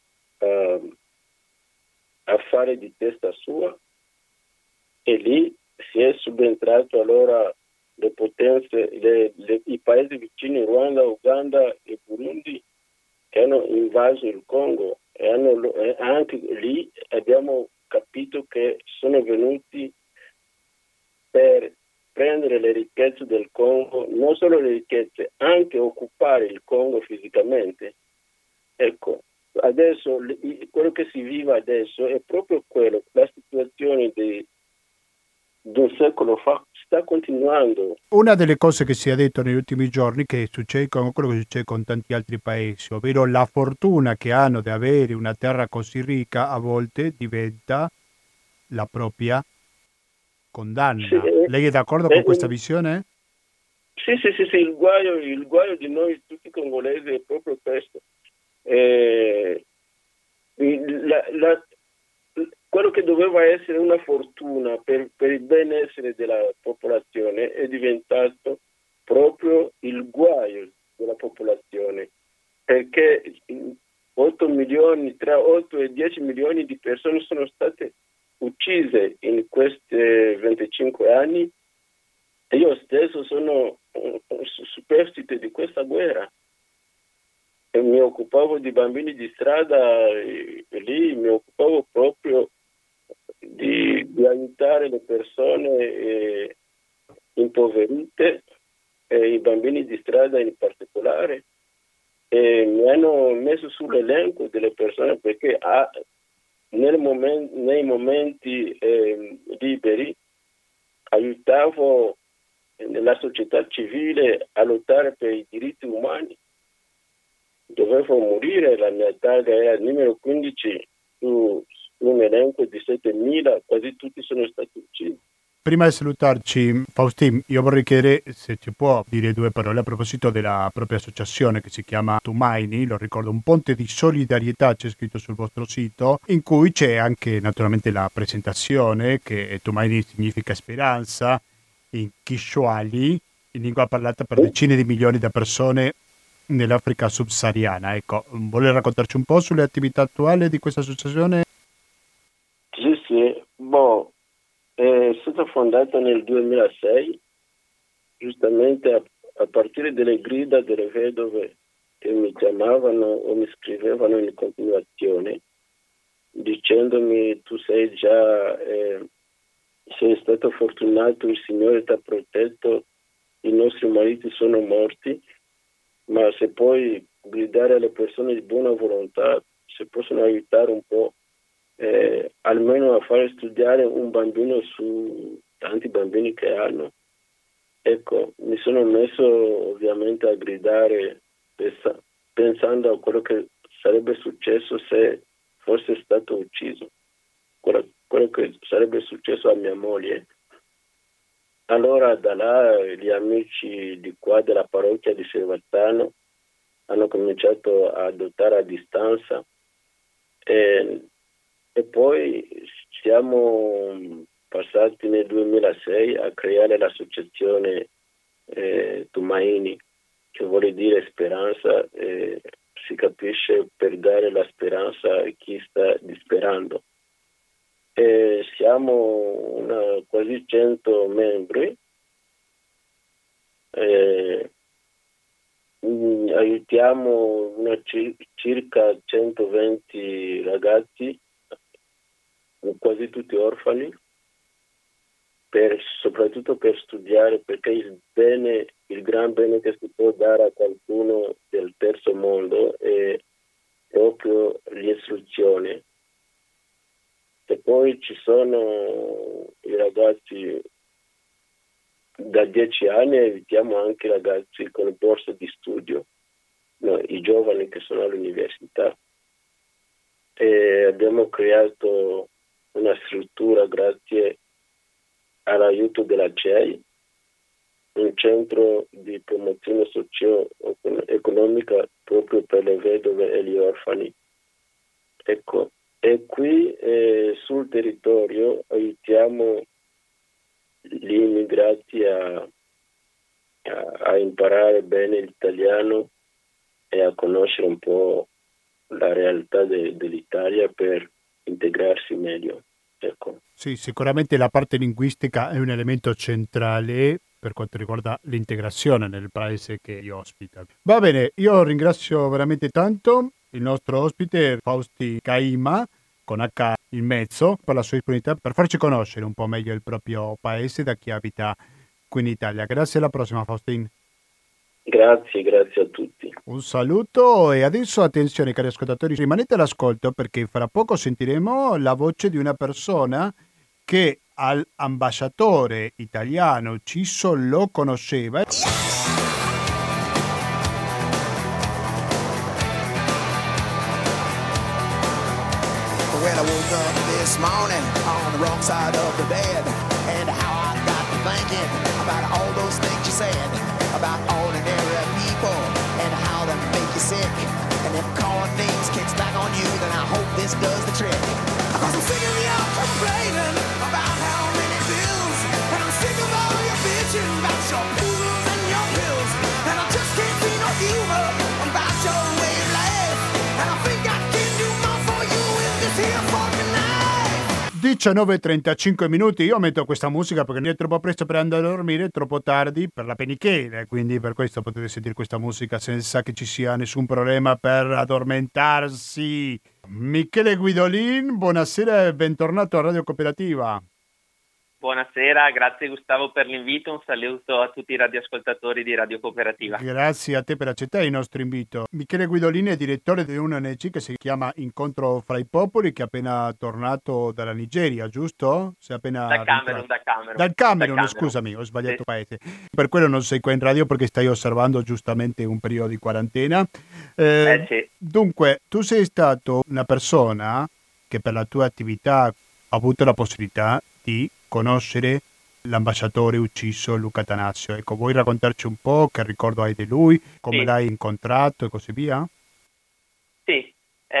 a fare di testa sua, e lì si è subentrato allora le potenze, i paesi vicini, Rwanda, Uganda e Burundi, che hanno invaso il Congo, e anche lì abbiamo capito che sono venuti per prendere le ricchezze del Congo, non solo le ricchezze, anche occupare il Congo fisicamente. Ecco, adesso quello che si vive adesso è proprio quello, la situazione di un secolo fa sta continuando. Una delle cose che si è detto negli ultimi giorni che succede con quello che succede con tanti altri paesi, ovvero la fortuna che hanno di avere una terra così ricca a volte diventa la propria condanna. Sì, Lei è d'accordo con questa visione? Sì, il guaio di noi tutti congolesi è proprio questo. Quello che doveva essere una fortuna per il benessere della popolazione è diventato proprio il guaio della popolazione, perché 8 milioni, tra 8 e 10 milioni di persone sono state uccise in questi 25 anni, e io stesso sono superstite di questa guerra. E mi occupavo di bambini di strada, e lì mi occupavo proprio di aiutare le persone impoverite, e i bambini di strada in particolare, e mi hanno messo sull'elenco delle persone perché nei momenti liberi aiutavo la società civile a lottare per i diritti umani. Dovevo morire, la mia targa era il numero 15 su un elenco di 7.000, quasi tutti sono stati uccisi. Prima di salutarci, Faustin, io vorrei chiedere se ci può dire due parole a proposito della propria associazione che si chiama Tumaini, lo ricordo, un ponte di solidarietà, c'è scritto sul vostro sito, in cui c'è anche naturalmente la presentazione, che Tumaini significa speranza, in Kiswahili, in lingua parlata per decine di milioni di persone nell'Africa subsahariana. Ecco, vuole raccontarci un po' sulle attività attuali di questa associazione? Sì, è stata fondata nel 2006, giustamente a partire delle grida delle vedove che mi chiamavano o mi scrivevano in continuazione, dicendomi: tu sei stato fortunato, il Signore ti ha protetto, i nostri mariti sono morti, ma se puoi gridare alle persone di buona volontà, se possono aiutare un po', almeno a fare studiare un bambino su tanti bambini che hanno. Ecco, mi sono messo ovviamente a gridare pensando a quello che sarebbe successo se fosse stato ucciso, quello che sarebbe successo a mia moglie. Allora da là gli amici di qua della parrocchia di Cervatano hanno cominciato a adottare a distanza, e poi siamo passati nel 2006 a creare l'associazione Tumaini, che vuole dire speranza, si capisce, per dare la speranza a chi sta disperando. Siamo quasi 100 membri, aiutiamo circa 120 ragazzi, quasi tutti orfani, soprattutto per studiare, perché il gran bene che si può dare a qualcuno del terzo mondo è proprio l'istruzione. Poi ci sono i ragazzi da 10 anni, evitiamo anche i ragazzi con borsa di studio, no, i giovani che sono all'università. E abbiamo creato una struttura grazie all'aiuto della CEI, un centro di promozione socio-economica proprio per le vedove e gli orfani. Ecco, e qui sul territorio aiutiamo gli immigrati a imparare bene l'italiano e a conoscere un po' la realtà dell'Italia per integrarsi meglio. Ecco. Sì, sicuramente la parte linguistica è un elemento centrale per quanto riguarda l'integrazione nel paese che li ospita. Va bene, io ringrazio veramente tanto il nostro ospite Fausti Caima, con H in mezzo, per la sua disponibilità per farci conoscere un po' meglio il proprio paese da chi abita qui in Italia. Grazie, alla prossima Faustin. Grazie a tutti. Un saluto e adesso attenzione cari ascoltatori, rimanete all'ascolto perché fra poco sentiremo la voce di una persona che all'ambasciatore italiano ucciso lo conosceva. When I woke up this morning on the wrong side of the bed, and how I got to thinking about all those things you said about ordinary people and how they make you sick. And if calling names kicks back on you, then I hope this does the trick. Cause I'm sick of y'all complaining about how many bills, and I'm sick of all your bitching about your poodles and your pills, and I just can't see no humor about your way of life, and I think I can do more for you with this here fucking knife. 19:35 minuti, io metto questa musica perché non è troppo presto per andare a dormire, è troppo tardi per la penichela, quindi per questo potete sentire questa musica senza che ci sia nessun problema per addormentarsi. Michele Guidolin, buonasera e bentornato a Radio Cooperativa. Buonasera, grazie Gustavo per l'invito, un saluto a tutti i radioascoltatori di Radio Cooperativa. Grazie a te per accettare il nostro invito. Michele Guidolin è direttore di un ONG che si chiama Incontro fra i Popoli, che è appena tornato dalla Nigeria, giusto? Sei appena Dal Camerun. Dal Camerun, scusami, ho sbagliato Sì. paese. Per quello non sei qua in radio perché stai osservando giustamente un periodo di quarantena. Sì. Dunque, tu sei stato una persona che per la tua attività ha avuto la possibilità di conoscere l'ambasciatore ucciso Luca Attanasio. Ecco, vuoi raccontarci un po' che ricordo hai di lui, come Sì. l'hai incontrato e così via? Sì,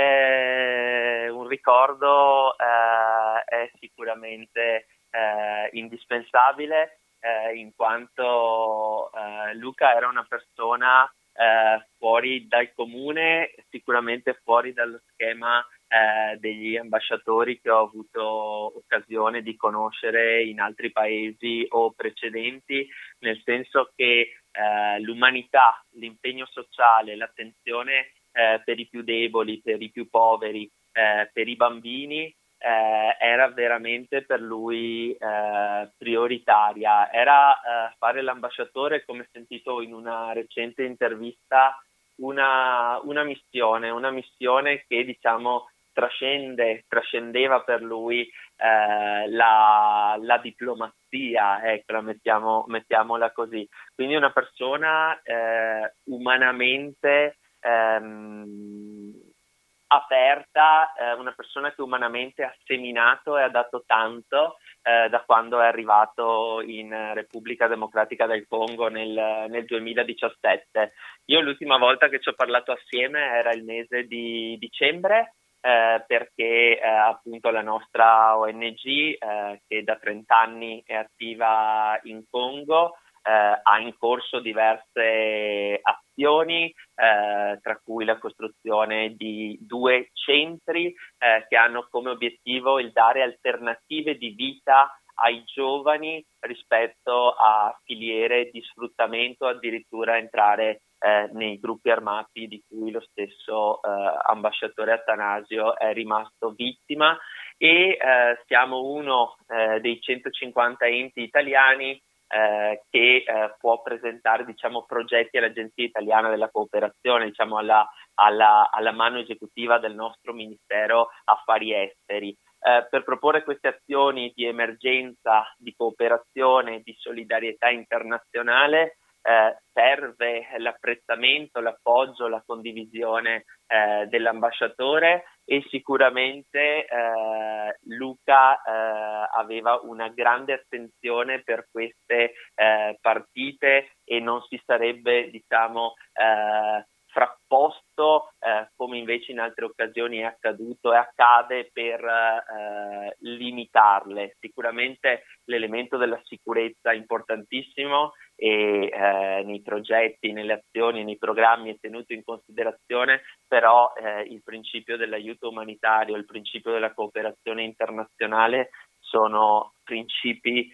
un ricordo è sicuramente indispensabile in quanto Luca era una persona fuori dal comune, sicuramente fuori dallo schema degli ambasciatori che ho avuto occasione di conoscere in altri paesi o precedenti, nel senso che l'umanità, l'impegno sociale, l'attenzione per i più deboli, per i più poveri, per i bambini era veramente per lui prioritaria. Era fare l'ambasciatore, come sentito in una recente intervista, una missione che diciamo trascendeva per lui la diplomazia, ecco, mettiamola così. Quindi una persona umanamente aperta, una persona che umanamente ha seminato e ha dato tanto da quando è arrivato in Repubblica Democratica del Congo nel 2017. Io l'ultima volta che ci ho parlato assieme era il mese di dicembre, perché appunto la nostra ONG che da 30 anni è attiva in Congo ha in corso diverse azioni, tra cui la costruzione di 2 centri che hanno come obiettivo il dare alternative di vita ai giovani rispetto a filiere di sfruttamento, addirittura entrare nei gruppi armati di cui lo stesso ambasciatore Attanasio è rimasto vittima, e siamo uno dei 150 enti italiani che può presentare diciamo progetti all'Agenzia Italiana della Cooperazione, diciamo alla mano esecutiva del nostro Ministero Affari Esteri. per proporre queste azioni di emergenza, di cooperazione, di solidarietà internazionale serve l'apprezzamento, l'appoggio, la condivisione dell'ambasciatore, e sicuramente Luca aveva una grande attenzione per queste partite e non si sarebbe, diciamo, frapposto come invece in altre occasioni è accaduto e accade, per limitarle. Sicuramente l'elemento della sicurezza è importantissimo e nei progetti, nelle azioni, nei programmi è tenuto in considerazione, però il principio dell'aiuto umanitario, il principio della cooperazione internazionale sono principi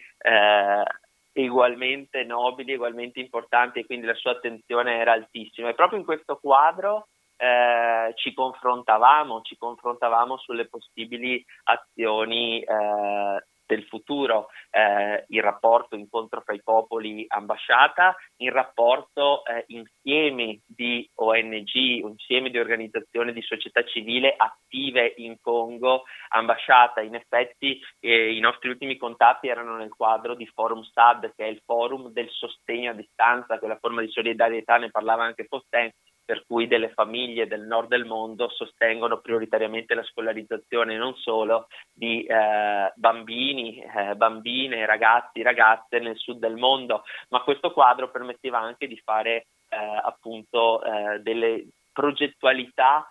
ugualmente nobili, ugualmente importanti, e quindi la sua attenzione era altissima. E proprio in questo quadro ci confrontavamo sulle possibili azioni del futuro, il rapporto incontro fra i popoli ambasciata, il rapporto insieme di ONG, insieme di organizzazioni di società civile attive in Congo ambasciata. In effetti i nostri ultimi contatti erano nel quadro di Forum SAD, che è il forum del sostegno a distanza, quella forma di solidarietà, ne parlava anche Fosten, per cui delle famiglie del nord del mondo sostengono prioritariamente la scolarizzazione non solo di bambini, bambine, ragazzi, ragazze nel sud del mondo, ma questo quadro permetteva anche di fare appunto delle progettualità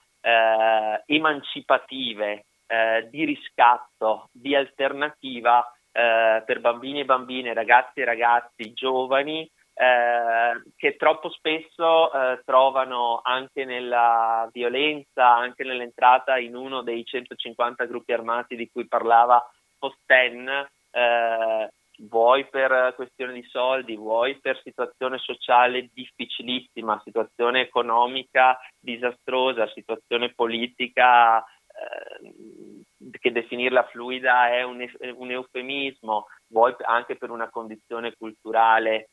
emancipative, di riscatto, di alternativa per bambini e bambine, ragazzi e ragazzi, giovani, che troppo spesso trovano anche nella violenza, anche nell'entrata in uno dei 150 gruppi armati di cui parlava Fosten, vuoi per questione di soldi, vuoi per situazione sociale difficilissima, situazione economica disastrosa, situazione politica che definirla fluida è un eufemismo, vuoi anche per una condizione culturale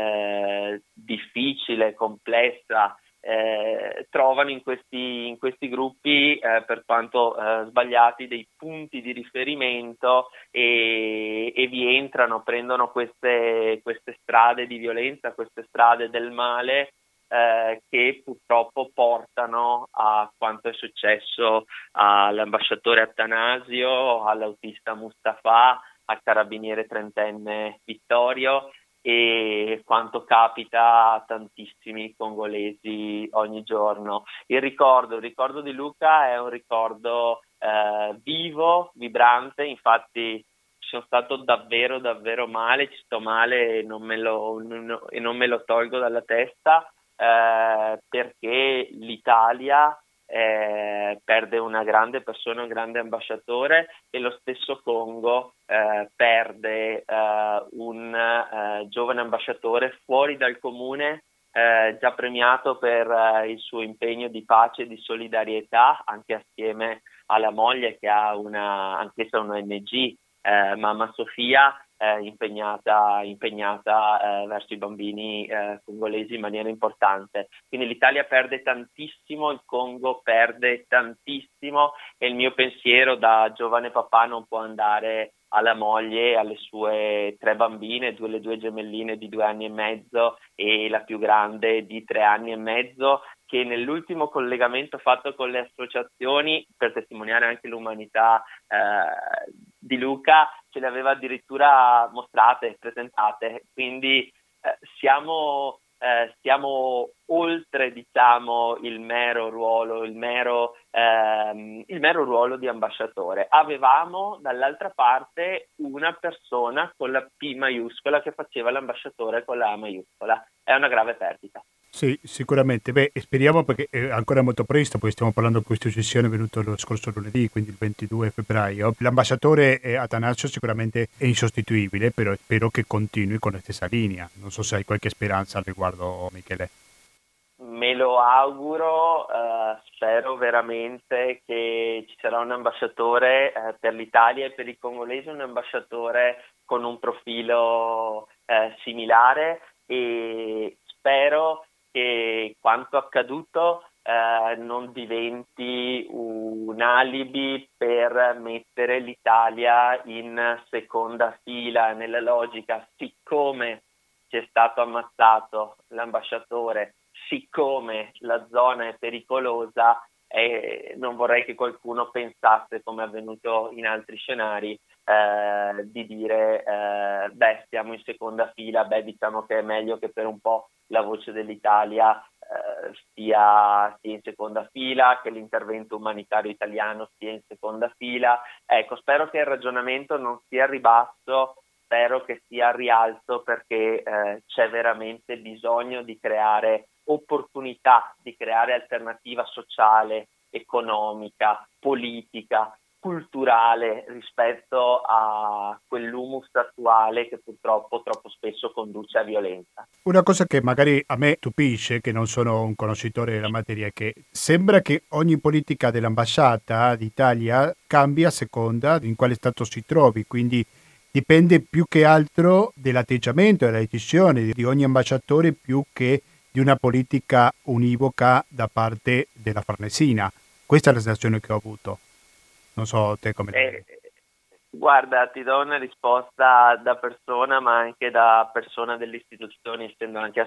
difficile, complessa, trovano in questi gruppi, per quanto sbagliati, dei punti di riferimento e vi entrano, prendono queste strade di violenza, queste strade del male, che purtroppo portano a quanto è successo all'ambasciatore Attanasio, all'autista Mustafa, al carabiniere trentenne Vittorio, e quanto capita a tantissimi congolesi ogni giorno. Il ricordo di Luca è un ricordo vivo, vibrante. Infatti ci sono stato davvero davvero male, ci sto male e non me lo tolgo dalla testa, perché l'Italia perde una grande persona, un grande ambasciatore, e lo stesso Congo perde un giovane ambasciatore fuori dal comune, già premiato per il suo impegno di pace e di solidarietà, anche assieme alla moglie che ha anch'essa un ONG, Mamma Sofia, impegnata verso i bambini congolesi in maniera importante. Quindi l'Italia perde tantissimo, il Congo perde tantissimo, e il mio pensiero da giovane papà non può andare alla moglie e alle sue 3 bambine, le 2 gemelline di 2 anni e mezzo e la più grande di 3 anni e mezzo, che nell'ultimo collegamento fatto con le associazioni, per testimoniare anche l'umanità di Luca, ce le aveva addirittura mostrate, presentate. Quindi siamo oltre, diciamo, il mero ruolo di ambasciatore. Avevamo dall'altra parte una persona con la P maiuscola che faceva l'ambasciatore con la A maiuscola. È una grave perdita. Sì, sicuramente. Beh, speriamo, perché è ancora molto presto, poi stiamo parlando di questa uccisione venuta lo scorso lunedì, quindi il 22 febbraio. L'ambasciatore Attanasio sicuramente è insostituibile, però spero che continui con la stessa linea. Non so se hai qualche speranza al riguardo, Michele. Me lo auguro, spero veramente che ci sarà un ambasciatore per l'Italia e per i congolesi, un ambasciatore con un profilo similare, e spero che quanto accaduto non diventi un alibi per mettere l'Italia in seconda fila nella logica, siccome ci è stato ammazzato l'ambasciatore, siccome la zona è pericolosa, non vorrei che qualcuno pensasse, come è avvenuto in altri scenari, di dire stiamo in seconda fila, diciamo che è meglio che per un po' la voce dell'Italia stia in seconda fila, che l'intervento umanitario italiano stia in seconda fila. Ecco, spero che il ragionamento non sia a ribasso, spero che sia a rialzo, perché c'è veramente bisogno di creare opportunità, di creare alternativa sociale, economica, politica, culturale rispetto a quell'humus attuale che purtroppo troppo spesso conduce a violenza. Una cosa che magari a me stupisce, che non sono un conoscitore della materia, è che sembra che ogni politica dell'ambasciata d'Italia cambia a seconda in quale stato si trovi, quindi dipende più che altro dell'atteggiamento e della decisione di ogni ambasciatore più che di una politica univoca da parte della Farnesina. Questa è la sensazione che ho avuto. Non so te come la vedi. Guarda, ti do una risposta da persona, ma anche da persona delle istituzioni, essendo anche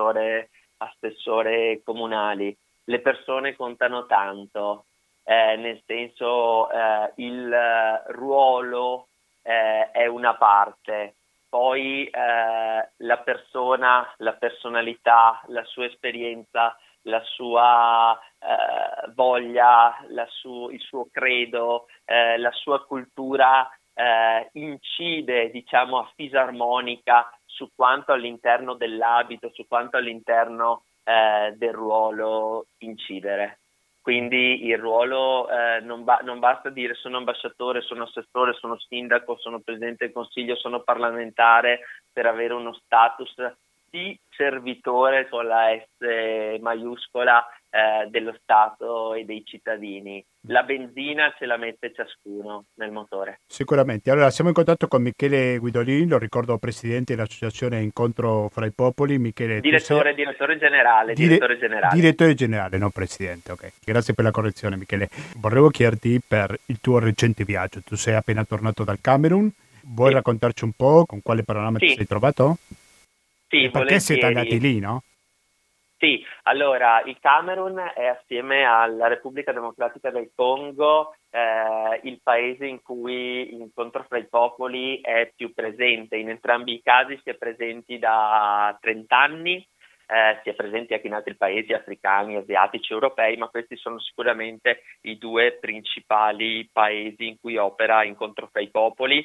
assessore comunali. Le persone contano tanto, nel senso il ruolo è una parte, poi la persona, la personalità, la sua esperienza, la sua voglia, il suo credo, la sua cultura incide, diciamo, a fisarmonica su quanto all'interno dell'abito, su quanto all'interno del ruolo incidere. Quindi il ruolo non basta dire sono ambasciatore, sono assessore, sono sindaco, sono presidente del consiglio, sono parlamentare, per avere uno status di servitore con la S maiuscola dello Stato e dei cittadini. La benzina ce la mette ciascuno nel motore. Sicuramente. Allora, siamo in contatto con Michele Guidolin, lo ricordo presidente dell'associazione Incontro fra i Popoli. Michele, direttore generale. Direttore generale, non presidente, ok. Grazie per la correzione, Michele. Vorrei chiederti per il tuo recente viaggio. Tu sei appena tornato dal Camerun. Vuoi raccontarci un po' con quale panorama ti sei trovato? Sì, perché siete andati lì, no? Sì, allora il Camerun è, assieme alla Repubblica Democratica del Congo, il paese in cui Incontro fra i Popoli è più presente. In entrambi i casi si è presenti da 30 anni, si è presenti anche in altri paesi africani, asiatici, europei, ma questi sono sicuramente i due principali paesi in cui opera Incontro fra i Popoli,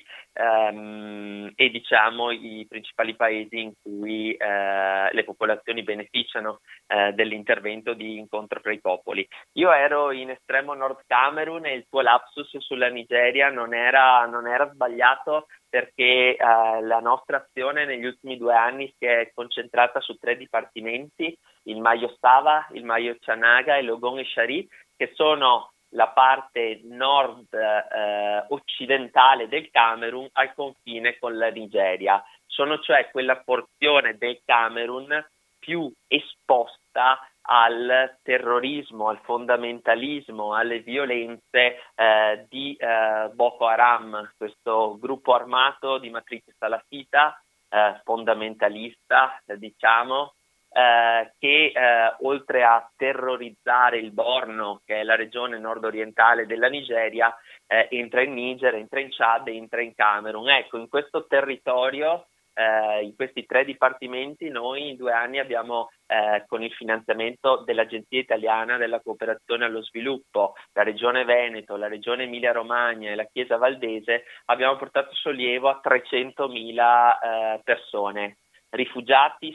e diciamo i principali paesi in cui le popolazioni beneficiano dell'intervento di Incontro fra i Popoli. Io ero in estremo Nord Camerun e il tuo lapsus sulla Nigeria non era sbagliato, perché la nostra azione negli ultimi 2 anni si è concentrata su 3 dipartimenti: il Mayo Sava, il Mayo Chanaga e l'Ogon e Shari, che sono la parte nord occidentale del Camerun al confine con la Nigeria. Sono cioè quella porzione del Camerun più esposta al terrorismo, al fondamentalismo, alle violenze di Boko Haram, questo gruppo armato di matrice salafita, fondamentalista, diciamo, che oltre a terrorizzare il Borno, che è la regione nord-orientale della Nigeria, entra in Niger, entra in Chad e entra in Camerun. Ecco, in questo territorio, in questi 3 dipartimenti, noi in 2 anni abbiamo, con il finanziamento dell'Agenzia Italiana della Cooperazione allo Sviluppo, la Regione Veneto, la Regione Emilia-Romagna e la Chiesa Valdese, abbiamo portato sollievo a 300.000 persone, rifugiati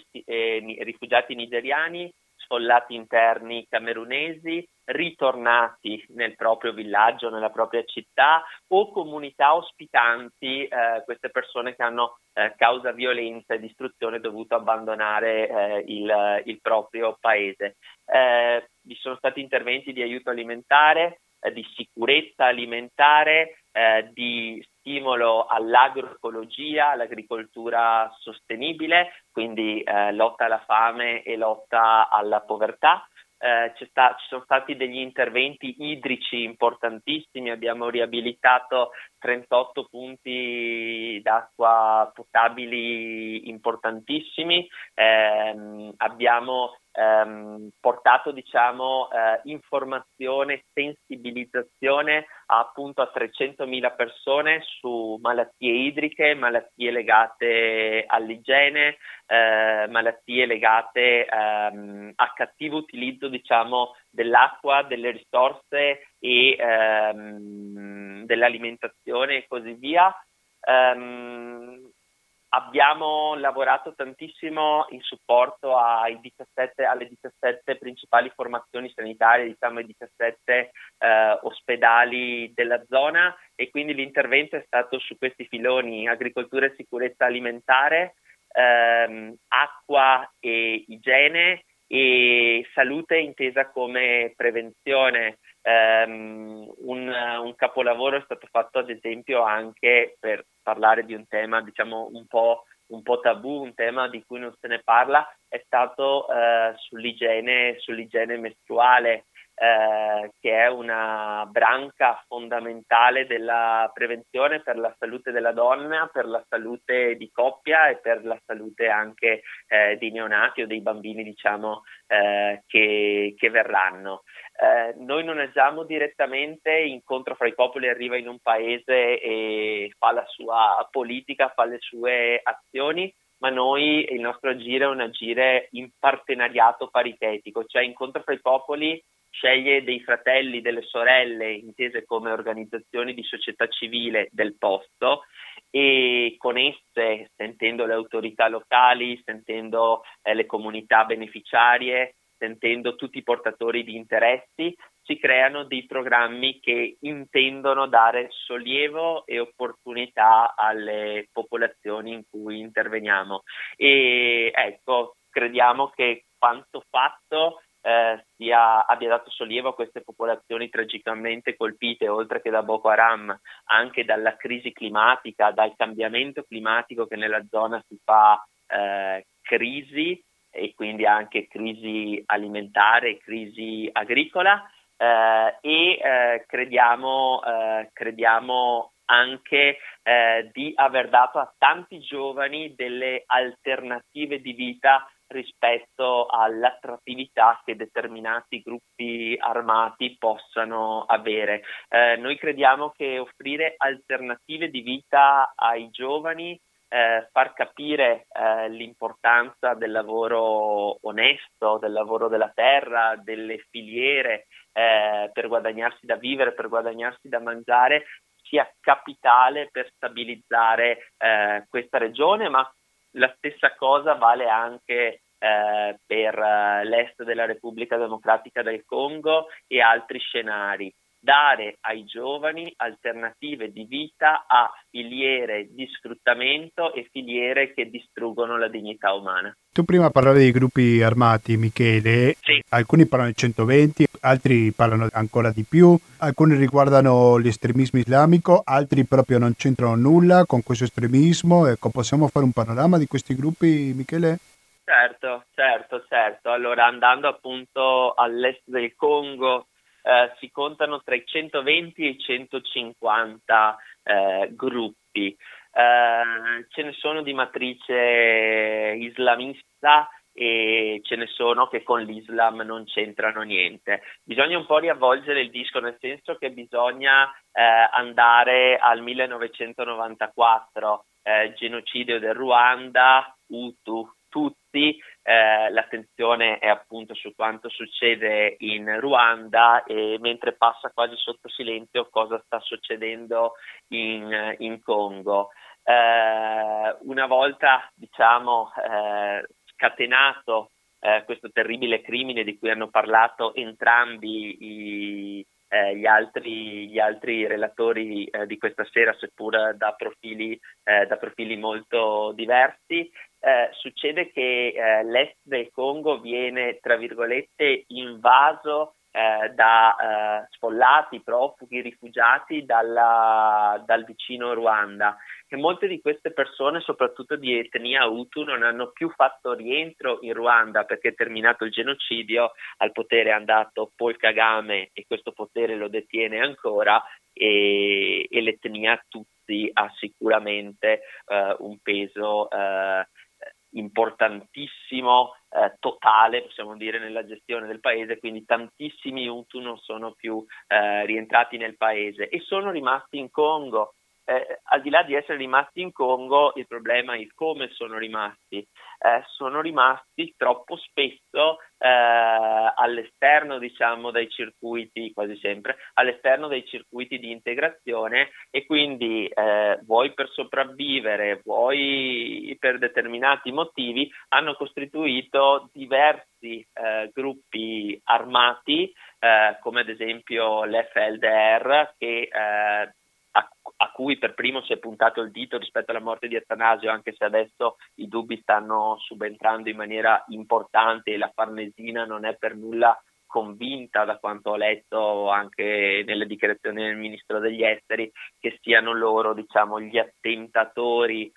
nigeriani, sfollati interni camerunesi, ritornati nel proprio villaggio, nella propria città, o comunità ospitanti queste persone che hanno causa violenza e distruzione dovuto abbandonare il proprio paese. Vi sono stati interventi di aiuto alimentare, di sicurezza alimentare, di stimolo all'agroecologia, all'agricoltura sostenibile, quindi lotta alla fame e lotta alla povertà. ci sono stati degli interventi idrici importantissimi, abbiamo riabilitato 38 punti d'acqua potabili importantissimi, abbiamo portato informazione, sensibilizzazione appunto a 300.000 persone su malattie idriche, malattie legate all'igiene, malattie legate a cattivo utilizzo dell'acqua, delle risorse e dell'alimentazione e così via. Abbiamo lavorato tantissimo in supporto alle 17 principali formazioni sanitarie, ai 17 ospedali della zona, e quindi l'intervento è stato su questi filoni: agricoltura e sicurezza alimentare, acqua e igiene, e salute intesa come prevenzione. Un capolavoro è stato fatto ad esempio anche per parlare di un tema un po' tabù, un tema di cui non se ne parla, è stato sull'igiene mestruale, che è una branca fondamentale della prevenzione per la salute della donna, per la salute di coppia e per la salute anche dei neonati o dei bambini che verranno. Noi non agiamo direttamente, Incontro fra i Popoli arriva in un paese e fa la sua politica, fa le sue azioni, ma il nostro agire è un agire in partenariato paritetico, cioè Incontro fra i Popoli sceglie dei fratelli, delle sorelle, intese come organizzazioni di società civile del posto, e con esse, sentendo le autorità locali, sentendo le comunità beneficiarie, sentendo tutti i portatori di interessi, si creano dei programmi che intendono dare sollievo e opportunità alle popolazioni in cui interveniamo. E ecco, crediamo che quanto fatto abbia dato sollievo a queste popolazioni tragicamente colpite, oltre che da Boko Haram, anche dalla crisi climatica, dal cambiamento climatico che nella zona si fa crisi, e quindi anche crisi alimentare, crisi agricola, crediamo anche di aver dato a tanti giovani delle alternative di vita rispetto all'attrattività che determinati gruppi armati possano avere. Noi crediamo che offrire alternative di vita ai giovani, far capire l'importanza del lavoro onesto, del lavoro della terra, delle filiere per guadagnarsi da vivere, per guadagnarsi da mangiare, sia capitale per stabilizzare questa regione, ma la stessa cosa vale anche per l'est della Repubblica Democratica del Congo e altri scenari. Dare ai giovani alternative di vita a filiere di sfruttamento e filiere che distruggono la dignità umana. Tu prima parlavi di gruppi armati, Michele. Sì. Alcuni parlano di 120, altri parlano ancora di più, alcuni riguardano l'estremismo islamico, altri proprio non c'entrano nulla con questo estremismo. Ecco, possiamo fare un panorama di questi gruppi, Michele? Certo. Allora, andando appunto all'est del Congo, si contano tra i 120 e i 150 gruppi. Ce ne sono di matrice islamista e ce ne sono che con l'Islam non c'entrano niente. Bisogna un po' riavvolgere il disco, nel senso che bisogna andare al 1994, genocidio del Ruanda, Hutu, Tutsi. L'attenzione è appunto su quanto succede in Ruanda, e mentre passa quasi sotto silenzio cosa sta succedendo in Congo. Una volta scatenato questo terribile crimine di cui hanno parlato entrambi gli altri relatori di questa sera, seppur da profili molto diversi, succede che l'est del Congo viene, tra virgolette, invaso da sfollati, profughi, rifugiati dal vicino Ruanda, che molte di queste persone, soprattutto di etnia Hutu, non hanno più fatto rientro in Ruanda perché, terminato il genocidio, al potere è andato Paul Kagame e questo potere lo detiene ancora, e l'etnia Tutsi ha sicuramente un peso importantissimo, totale, possiamo dire, nella gestione del paese, quindi tantissimi Hutu non sono più rientrati nel paese e sono rimasti in Congo. Al di là di essere rimasti in Congo, il problema è come sono rimasti. Sono rimasti troppo spesso all'esterno, diciamo, dai circuiti, quasi sempre, all'esterno dei circuiti di integrazione, e quindi vuoi per sopravvivere, vuoi per determinati motivi, hanno costituito diversi gruppi armati, come ad esempio l'FLDR, che a cui per primo si è puntato il dito rispetto alla morte di Attanasio, anche se adesso i dubbi stanno subentrando in maniera importante e la Farnesina non è per nulla convinta, da quanto ho letto anche nelle dichiarazioni del ministro degli esteri, che siano loro, diciamo, gli attentatori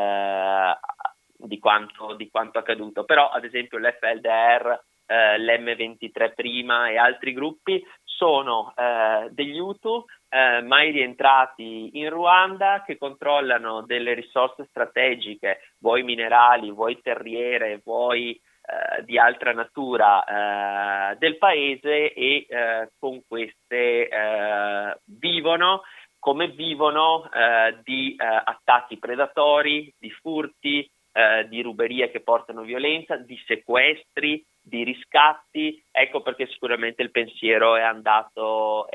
di quanto accaduto. Però ad esempio l'FLDR, l'M23 prima e altri gruppi sono degli Hutu mai rientrati in Ruanda, che controllano delle risorse strategiche, vuoi minerali, vuoi terriere, vuoi di altra natura del paese, e con queste vivono come vivono di attacchi predatori, di furti, di ruberie che portano violenza, di sequestri, di riscatti. Ecco perché sicuramente il pensiero è andato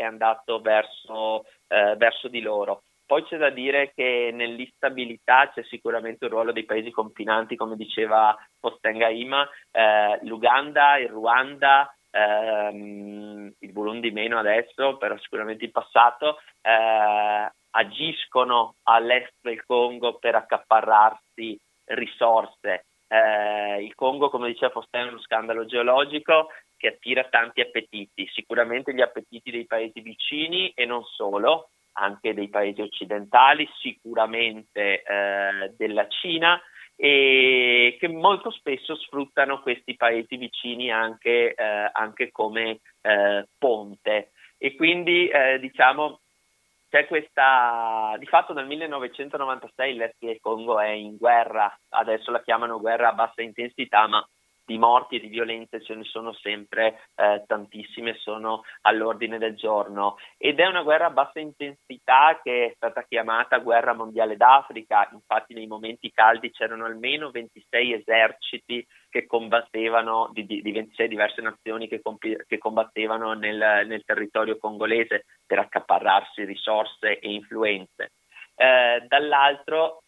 verso di loro. Poi c'è da dire che nell'instabilità c'è sicuramente un ruolo dei paesi confinanti, come diceva Fostenga Ima, l'Uganda, il Ruanda, il Burundi meno adesso, però sicuramente in passato, agiscono all'est del Congo per accaparrarsi risorse. Il Congo, come diceva Fostenga, è uno scandalo geologico che attira tanti appetiti, sicuramente gli appetiti dei paesi vicini e non solo, anche dei paesi occidentali, sicuramente della Cina, e che molto spesso sfruttano questi paesi vicini anche come ponte. E quindi diciamo c'è questa, di fatto dal 1996 l'Est del Congo è in guerra, adesso la chiamano guerra a bassa intensità, ma di morti e di violenze ce ne sono sempre tantissime, sono all'ordine del giorno, ed è una guerra a bassa intensità che è stata chiamata guerra mondiale d'Africa. Infatti nei momenti caldi c'erano almeno 26 eserciti che combattevano, di 26 diverse nazioni che combattevano nel territorio congolese per accaparrarsi risorse e influenze. Dall'altro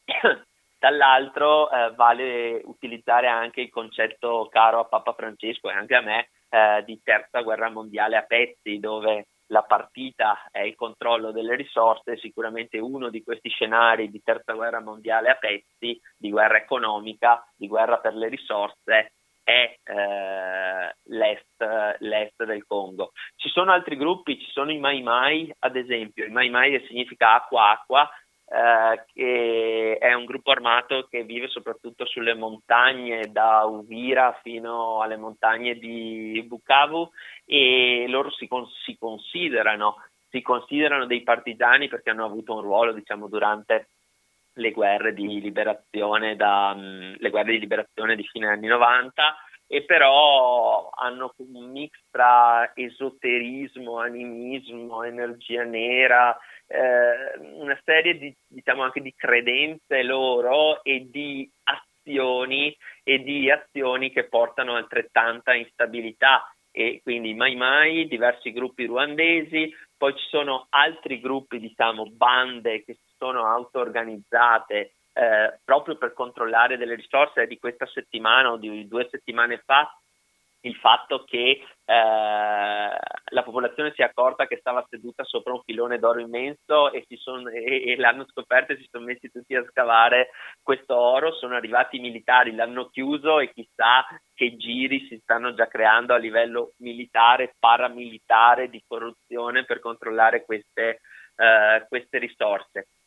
vale utilizzare anche il concetto caro a Papa Francesco e anche a me di terza guerra mondiale a pezzi, dove la partita è il controllo delle risorse. Sicuramente uno di questi scenari di terza guerra mondiale a pezzi, di guerra economica, di guerra per le risorse, è l'est del Congo. Ci sono altri gruppi, ci sono i Mai Mai, ad esempio. Il Mai Mai, che significa acqua, che è un gruppo armato che vive soprattutto sulle montagne da Uvira fino alle montagne di Bukavu, e loro si considerano dei partigiani perché hanno avuto un ruolo, diciamo, durante le guerre di liberazione di fine anni 90, e però hanno un mix tra esoterismo, animismo, energia nera, una serie di, diciamo, anche di credenze loro e di azioni che portano altrettanta instabilità. E quindi Mai Mai, diversi gruppi ruandesi, poi ci sono altri gruppi, diciamo bande, che si sono auto-organizzate proprio per controllare delle risorse. Di questa settimana o di 2 settimane fa il fatto che la popolazione si è accorta che stava seduta sopra un filone d'oro immenso, e l'hanno scoperto e si sono messi tutti a scavare questo oro. Sono arrivati i militari, l'hanno chiuso, e chissà che giri si stanno già creando a livello militare, paramilitare, di corruzione per controllare queste risorse.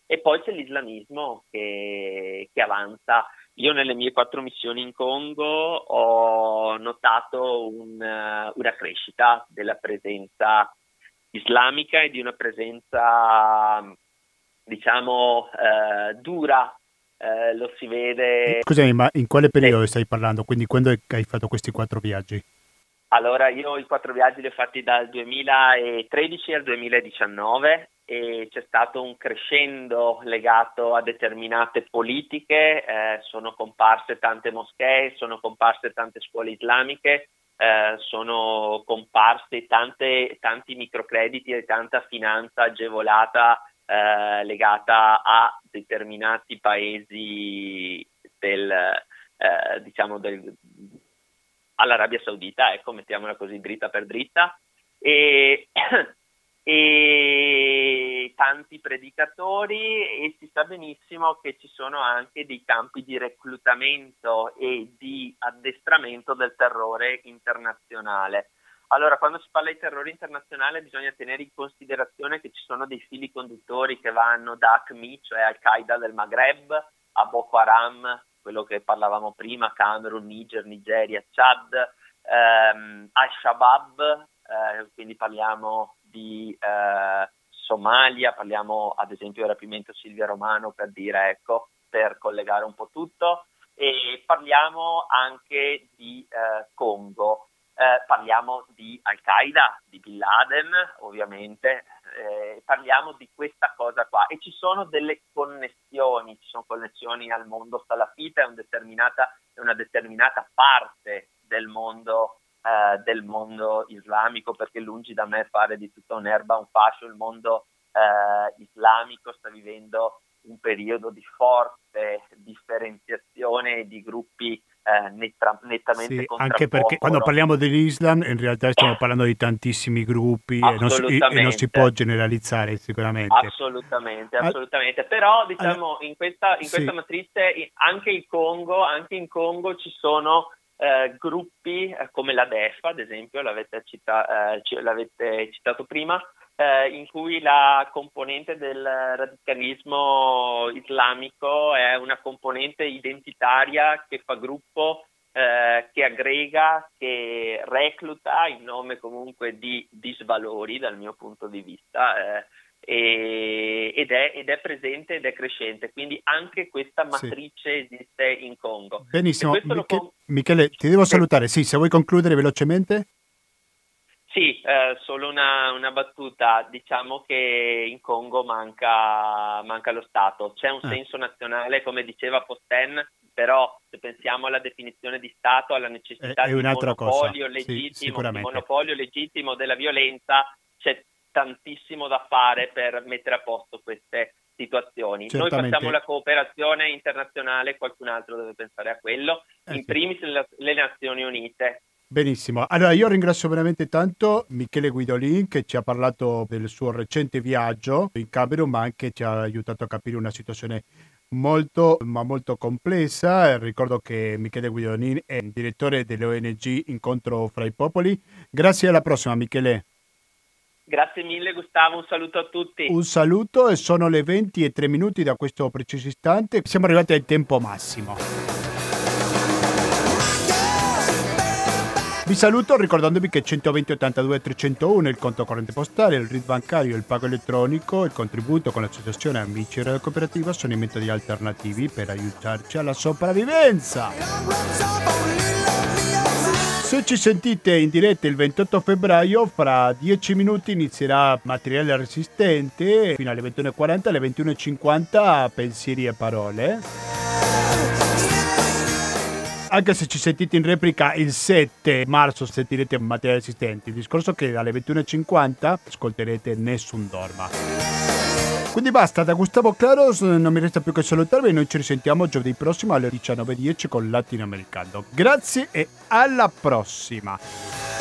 E poi c'è l'islamismo che avanza. Io nelle mie 4 missioni in Congo ho notato una crescita della presenza islamica e di una presenza, diciamo, dura. Lo si vede. Scusami, ma in quale periodo stai parlando? Quindi quando hai fatto questi 4 viaggi? Allora, io i 4 viaggi li ho fatti dal 2013 al 2019 e c'è stato un crescendo legato a determinate politiche, sono comparse tante moschee, sono comparse tante scuole islamiche, sono comparsi tanti microcrediti e tanta finanza agevolata legata a determinati paesi all'Arabia Saudita, ecco, mettiamola così dritta per dritta, e tanti predicatori, e si sa benissimo che ci sono anche dei campi di reclutamento e di addestramento del terrore internazionale. Allora, quando si parla di terrore internazionale bisogna tenere in considerazione che ci sono dei fili conduttori che vanno da AQMI, cioè Al-Qaeda del Maghreb, a Boko Haram, quello che parlavamo prima, Camerun, Niger, Nigeria, Chad, Al-Shabaab, quindi parliamo di Somalia, parliamo ad esempio del rapimento Silvia Romano, per dire, ecco, per collegare un po' tutto, e parliamo anche di Congo. Parliamo di Al-Qaeda, di Bin Laden, ovviamente, parliamo di questa cosa qua, e ci sono delle connessioni, ci sono connessioni al mondo salafita, è una determinata parte del mondo islamico, perché lungi da me fare di tutta un'erba un fascio, il mondo islamico sta vivendo un periodo di forte differenziazione di gruppi nettamente sì, contrapposti. Anche perché quando parliamo dell'Islam in realtà stiamo parlando di tantissimi gruppi e non si può generalizzare sicuramente. Assolutamente. Però diciamo in questa sì. matrice anche in Congo ci sono gruppi come la DEF, ad esempio, l'avete citato prima, in cui la componente del radicalismo islamico è una componente identitaria che fa gruppo, che aggrega, che recluta in nome comunque di disvalori dal mio punto di vista, ed è presente ed è crescente, quindi anche questa matrice esiste in Congo. Benissimo, Michele, ti devo salutare, sì, se vuoi concludere velocemente. Sì, solo una battuta, diciamo che in Congo manca lo Stato, c'è un senso nazionale, come diceva Posten, però se pensiamo alla definizione di Stato, alla necessità di monopolio legittimo della violenza, c'è tantissimo da fare per mettere a posto queste situazioni. Certamente. Noi facciamo la cooperazione internazionale, qualcun altro deve pensare a quello, in primis le Nazioni Unite. Benissimo, allora io ringrazio veramente tanto Michele Guidolin che ci ha parlato del suo recente viaggio in Camerun, ma anche ci ha aiutato a capire una situazione molto complessa. Ricordo che Michele Guidolin è direttore dell'ONG Incontro fra i Popoli. Grazie, alla prossima Michele. Grazie mille Gustavo, un saluto a tutti. Un saluto, e sono le 20:03 da questo preciso istante, siamo arrivati al tempo massimo. Vi saluto ricordandovi che 120 82 301 il conto corrente postale, il RID bancario, il pago elettronico, il contributo con l'associazione Amici Radio Cooperativa sono i metodi alternativi per aiutarci alla sopravvivenza. Se ci sentite in diretta il 28 febbraio, fra 10 minuti inizierà Materiale Resistente, fino alle 21:40, alle 21:50 Pensieri e Parole. Anche se ci sentite in replica il 7 marzo sentirete Materiale Resistente. Il discorso è che dalle 21:50 ascolterete Nessun Dorma. Quindi basta, da Gustavo Claros non mi resta più che salutarvi e noi ci risentiamo giovedì prossimo alle 19:10 con Latinoamericano. Grazie e alla prossima!